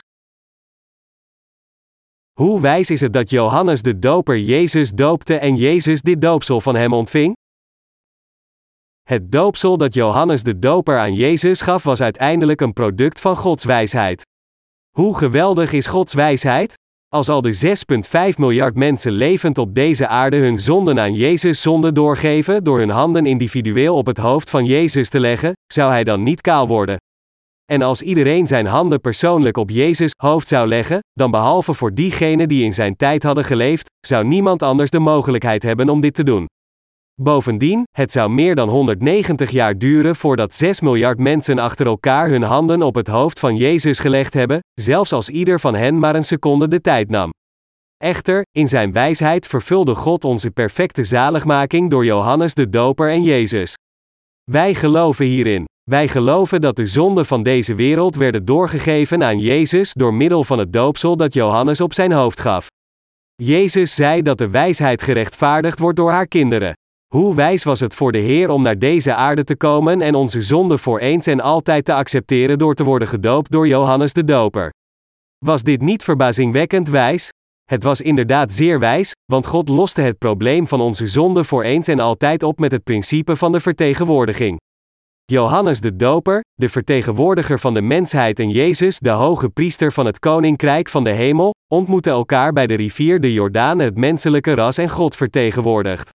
Hoe wijs is het dat Johannes de Doper Jezus doopte en Jezus dit doopsel van hem ontving? Het doopsel dat Johannes de Doper aan Jezus gaf was uiteindelijk een product van Gods wijsheid. Hoe geweldig is Gods wijsheid? Als al de zes komma vijf miljard mensen levend op deze aarde hun zonden aan Jezus zonde doorgeven door hun handen individueel op het hoofd van Jezus te leggen, zou hij dan niet kaal worden? En als iedereen zijn handen persoonlijk op Jezus' hoofd zou leggen, dan behalve voor diegenen die in zijn tijd hadden geleefd, zou niemand anders de mogelijkheid hebben om dit te doen. Bovendien, het zou meer dan honderdnegentig jaar duren voordat zes miljard mensen achter elkaar hun handen op het hoofd van Jezus gelegd hebben, zelfs als ieder van hen maar een seconde de tijd nam. Echter, in zijn wijsheid vervulde God onze perfecte zaligmaking door Johannes de Doper en Jezus. Wij geloven hierin. Wij geloven dat de zonden van deze wereld werden doorgegeven aan Jezus door middel van het doopsel dat Johannes op zijn hoofd gaf. Jezus zei dat de wijsheid gerechtvaardigd wordt door haar kinderen. Hoe wijs was het voor de Heer om naar deze aarde te komen en onze zonden voor eens en altijd te accepteren door te worden gedoopt door Johannes de Doper. Was dit niet verbazingwekkend wijs? Het was inderdaad zeer wijs, want God loste het probleem van onze zonden voor eens en altijd op met het principe van de vertegenwoordiging. Johannes de Doper, de vertegenwoordiger van de mensheid en Jezus, de hoge priester van het koninkrijk van de hemel, ontmoetten elkaar bij de rivier de Jordaan, het menselijke ras en God vertegenwoordigd.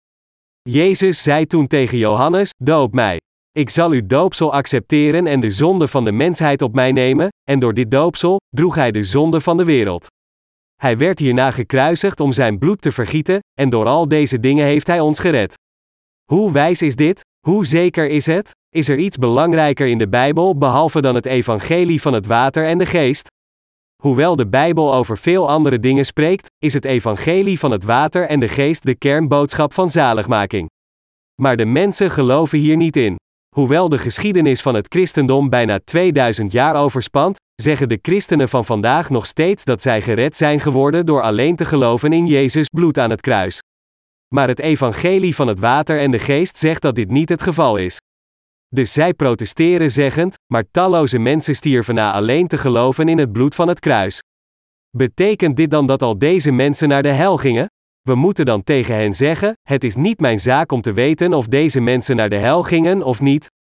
Jezus zei toen tegen Johannes, doop mij. Ik zal uw doopsel accepteren en de zonde van de mensheid op mij nemen, en door dit doopsel droeg hij de zonde van de wereld. Hij werd hierna gekruisigd om zijn bloed te vergieten, en door al deze dingen heeft hij ons gered. Hoe wijs is dit? Hoe zeker is het? Is er iets belangrijker in de Bijbel behalve dan het evangelie van het water en de geest? Hoewel de Bijbel over veel andere dingen spreekt, is het evangelie van het water en de geest de kernboodschap van zaligmaking. Maar de mensen geloven hier niet in. Hoewel de geschiedenis van het christendom bijna tweeduizend jaar overspant, zeggen de christenen van vandaag nog steeds dat zij gered zijn geworden door alleen te geloven in Jezus' bloed aan het kruis. Maar het evangelie van het water en de geest zegt dat dit niet het geval is. Dus zij protesteren zeggend, maar talloze mensen stierven na alleen te geloven in het bloed van het kruis. Betekent dit dan dat al deze mensen naar de hel gingen? We moeten dan tegen hen zeggen, het is niet mijn zaak om te weten of deze mensen naar de hel gingen of niet,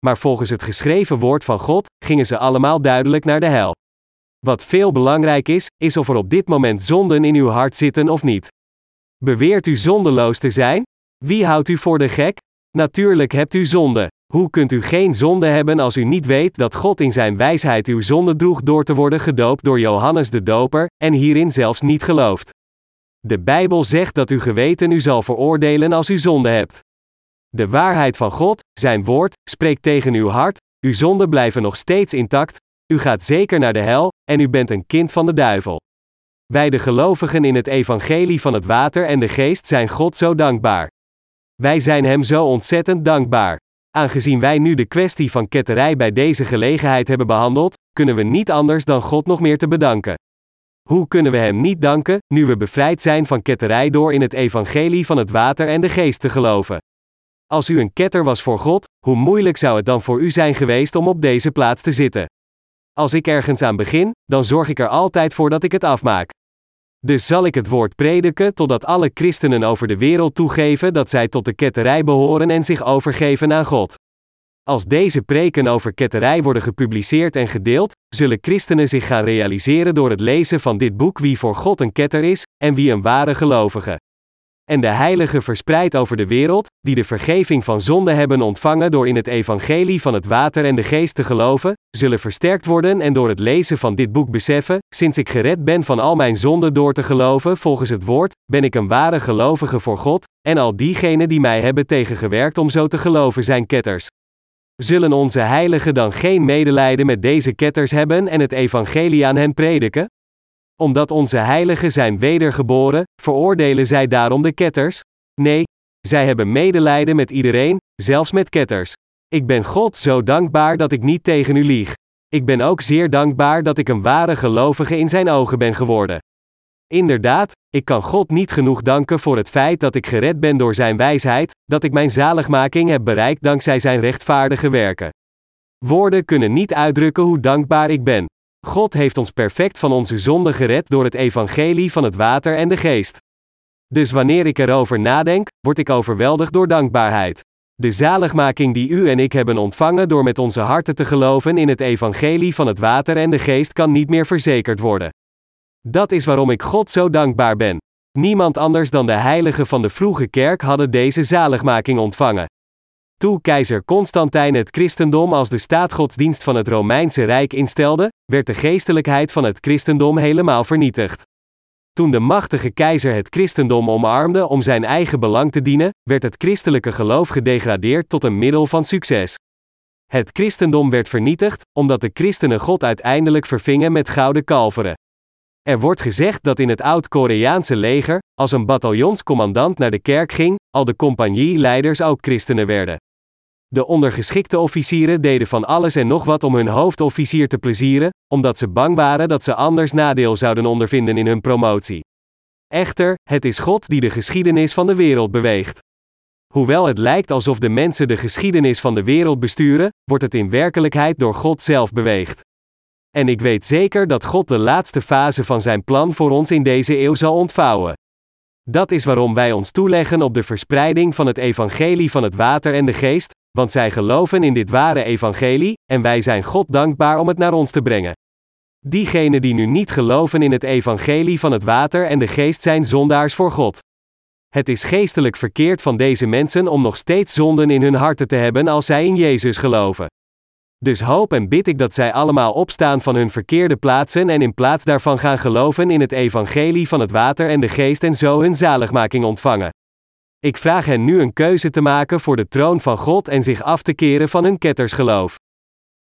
maar volgens het geschreven woord van God, gingen ze allemaal duidelijk naar de hel. Wat veel belangrijk is, is of er op dit moment zonden in uw hart zitten of niet. Beweert u zondeloos te zijn? Wie houdt u voor de gek? Natuurlijk hebt u zonde. Hoe kunt u geen zonde hebben als u niet weet dat God in zijn wijsheid uw zonde droeg door te worden gedoopt door Johannes de Doper, en hierin zelfs niet gelooft? De Bijbel zegt dat uw geweten u zal veroordelen als u zonde hebt. De waarheid van God, zijn woord, spreekt tegen uw hart, uw zonden blijven nog steeds intact, u gaat zeker naar de hel, en u bent een kind van de duivel. Wij de gelovigen in het evangelie van het water en de geest zijn God zo dankbaar. Wij zijn Hem zo ontzettend dankbaar. Aangezien wij nu de kwestie van ketterij bij deze gelegenheid hebben behandeld, kunnen we niet anders dan God nog meer te bedanken. Hoe kunnen we Hem niet danken, nu we bevrijd zijn van ketterij door in het evangelie van het water en de geest te geloven? Als u een ketter was voor God, hoe moeilijk zou het dan voor u zijn geweest om op deze plaats te zitten? Als ik ergens aan begin, dan zorg ik er altijd voor dat ik het afmaak. Dus zal ik het woord prediken totdat alle christenen over de wereld toegeven dat zij tot de ketterij behoren en zich overgeven aan God. Als deze preken over ketterij worden gepubliceerd en gedeeld, zullen christenen zich gaan realiseren door het lezen van dit boek wie voor God een ketter is, en wie een ware gelovige. En de heiligen verspreid over de wereld, die de vergeving van zonde hebben ontvangen door in het evangelie van het water en de geest te geloven, zullen versterkt worden en door het lezen van dit boek beseffen, sinds ik gered ben van al mijn zonden door te geloven volgens het woord, ben ik een ware gelovige voor God, en al diegenen die mij hebben tegengewerkt om zo te geloven zijn ketters. Zullen onze heiligen dan geen medelijden met deze ketters hebben en het evangelie aan hen prediken? Omdat onze heiligen zijn wedergeboren, veroordelen zij daarom de ketters? Nee, zij hebben medelijden met iedereen, zelfs met ketters. Ik ben God zo dankbaar dat ik niet tegen u lieg. Ik ben ook zeer dankbaar dat ik een ware gelovige in zijn ogen ben geworden. Inderdaad, ik kan God niet genoeg danken voor het feit dat ik gered ben door zijn wijsheid, dat ik mijn zaligmaking heb bereikt dankzij zijn rechtvaardige werken. Woorden kunnen niet uitdrukken hoe dankbaar ik ben. God heeft ons perfect van onze zonde gered door het evangelie van het water en de geest. Dus wanneer ik erover nadenk, word ik overweldigd door dankbaarheid. De zaligmaking die u en ik hebben ontvangen door met onze harten te geloven in het evangelie van het water en de geest kan niet meer verzekerd worden. Dat is waarom ik God zo dankbaar ben. Niemand anders dan de heiligen van de vroege kerk hadden deze zaligmaking ontvangen. Toen keizer Constantijn het christendom als de staatsgodsdienst van het Romeinse Rijk instelde, werd de geestelijkheid van het christendom helemaal vernietigd. Toen de machtige keizer het christendom omarmde om zijn eigen belang te dienen, werd het christelijke geloof gedegradeerd tot een middel van succes. Het christendom werd vernietigd, omdat de christenen God uiteindelijk vervingen met gouden kalveren. Er wordt gezegd dat in het oud-Koreaanse leger, als een bataljonscommandant naar de kerk ging, al de compagnieleiders ook christenen werden. De ondergeschikte officieren deden van alles en nog wat om hun hoofdofficier te plezieren, omdat ze bang waren dat ze anders nadeel zouden ondervinden in hun promotie. Echter, het is God die de geschiedenis van de wereld beweegt. Hoewel het lijkt alsof de mensen de geschiedenis van de wereld besturen, wordt het in werkelijkheid door God zelf beweegd. En ik weet zeker dat God de laatste fase van zijn plan voor ons in deze eeuw zal ontvouwen. Dat is waarom wij ons toeleggen op de verspreiding van het evangelie van het water en de geest, want zij geloven in dit ware evangelie, en wij zijn God dankbaar om het naar ons te brengen. Diegenen die nu niet geloven in het evangelie van het water en de geest zijn zondaars voor God. Het is geestelijk verkeerd van deze mensen om nog steeds zonden in hun harten te hebben als zij in Jezus geloven. Dus hoop en bid ik dat zij allemaal opstaan van hun verkeerde plaatsen en in plaats daarvan gaan geloven in het evangelie van het water en de geest en zo hun zaligmaking ontvangen. Ik vraag hen nu een keuze te maken voor de troon van God en zich af te keren van hun kettersgeloof.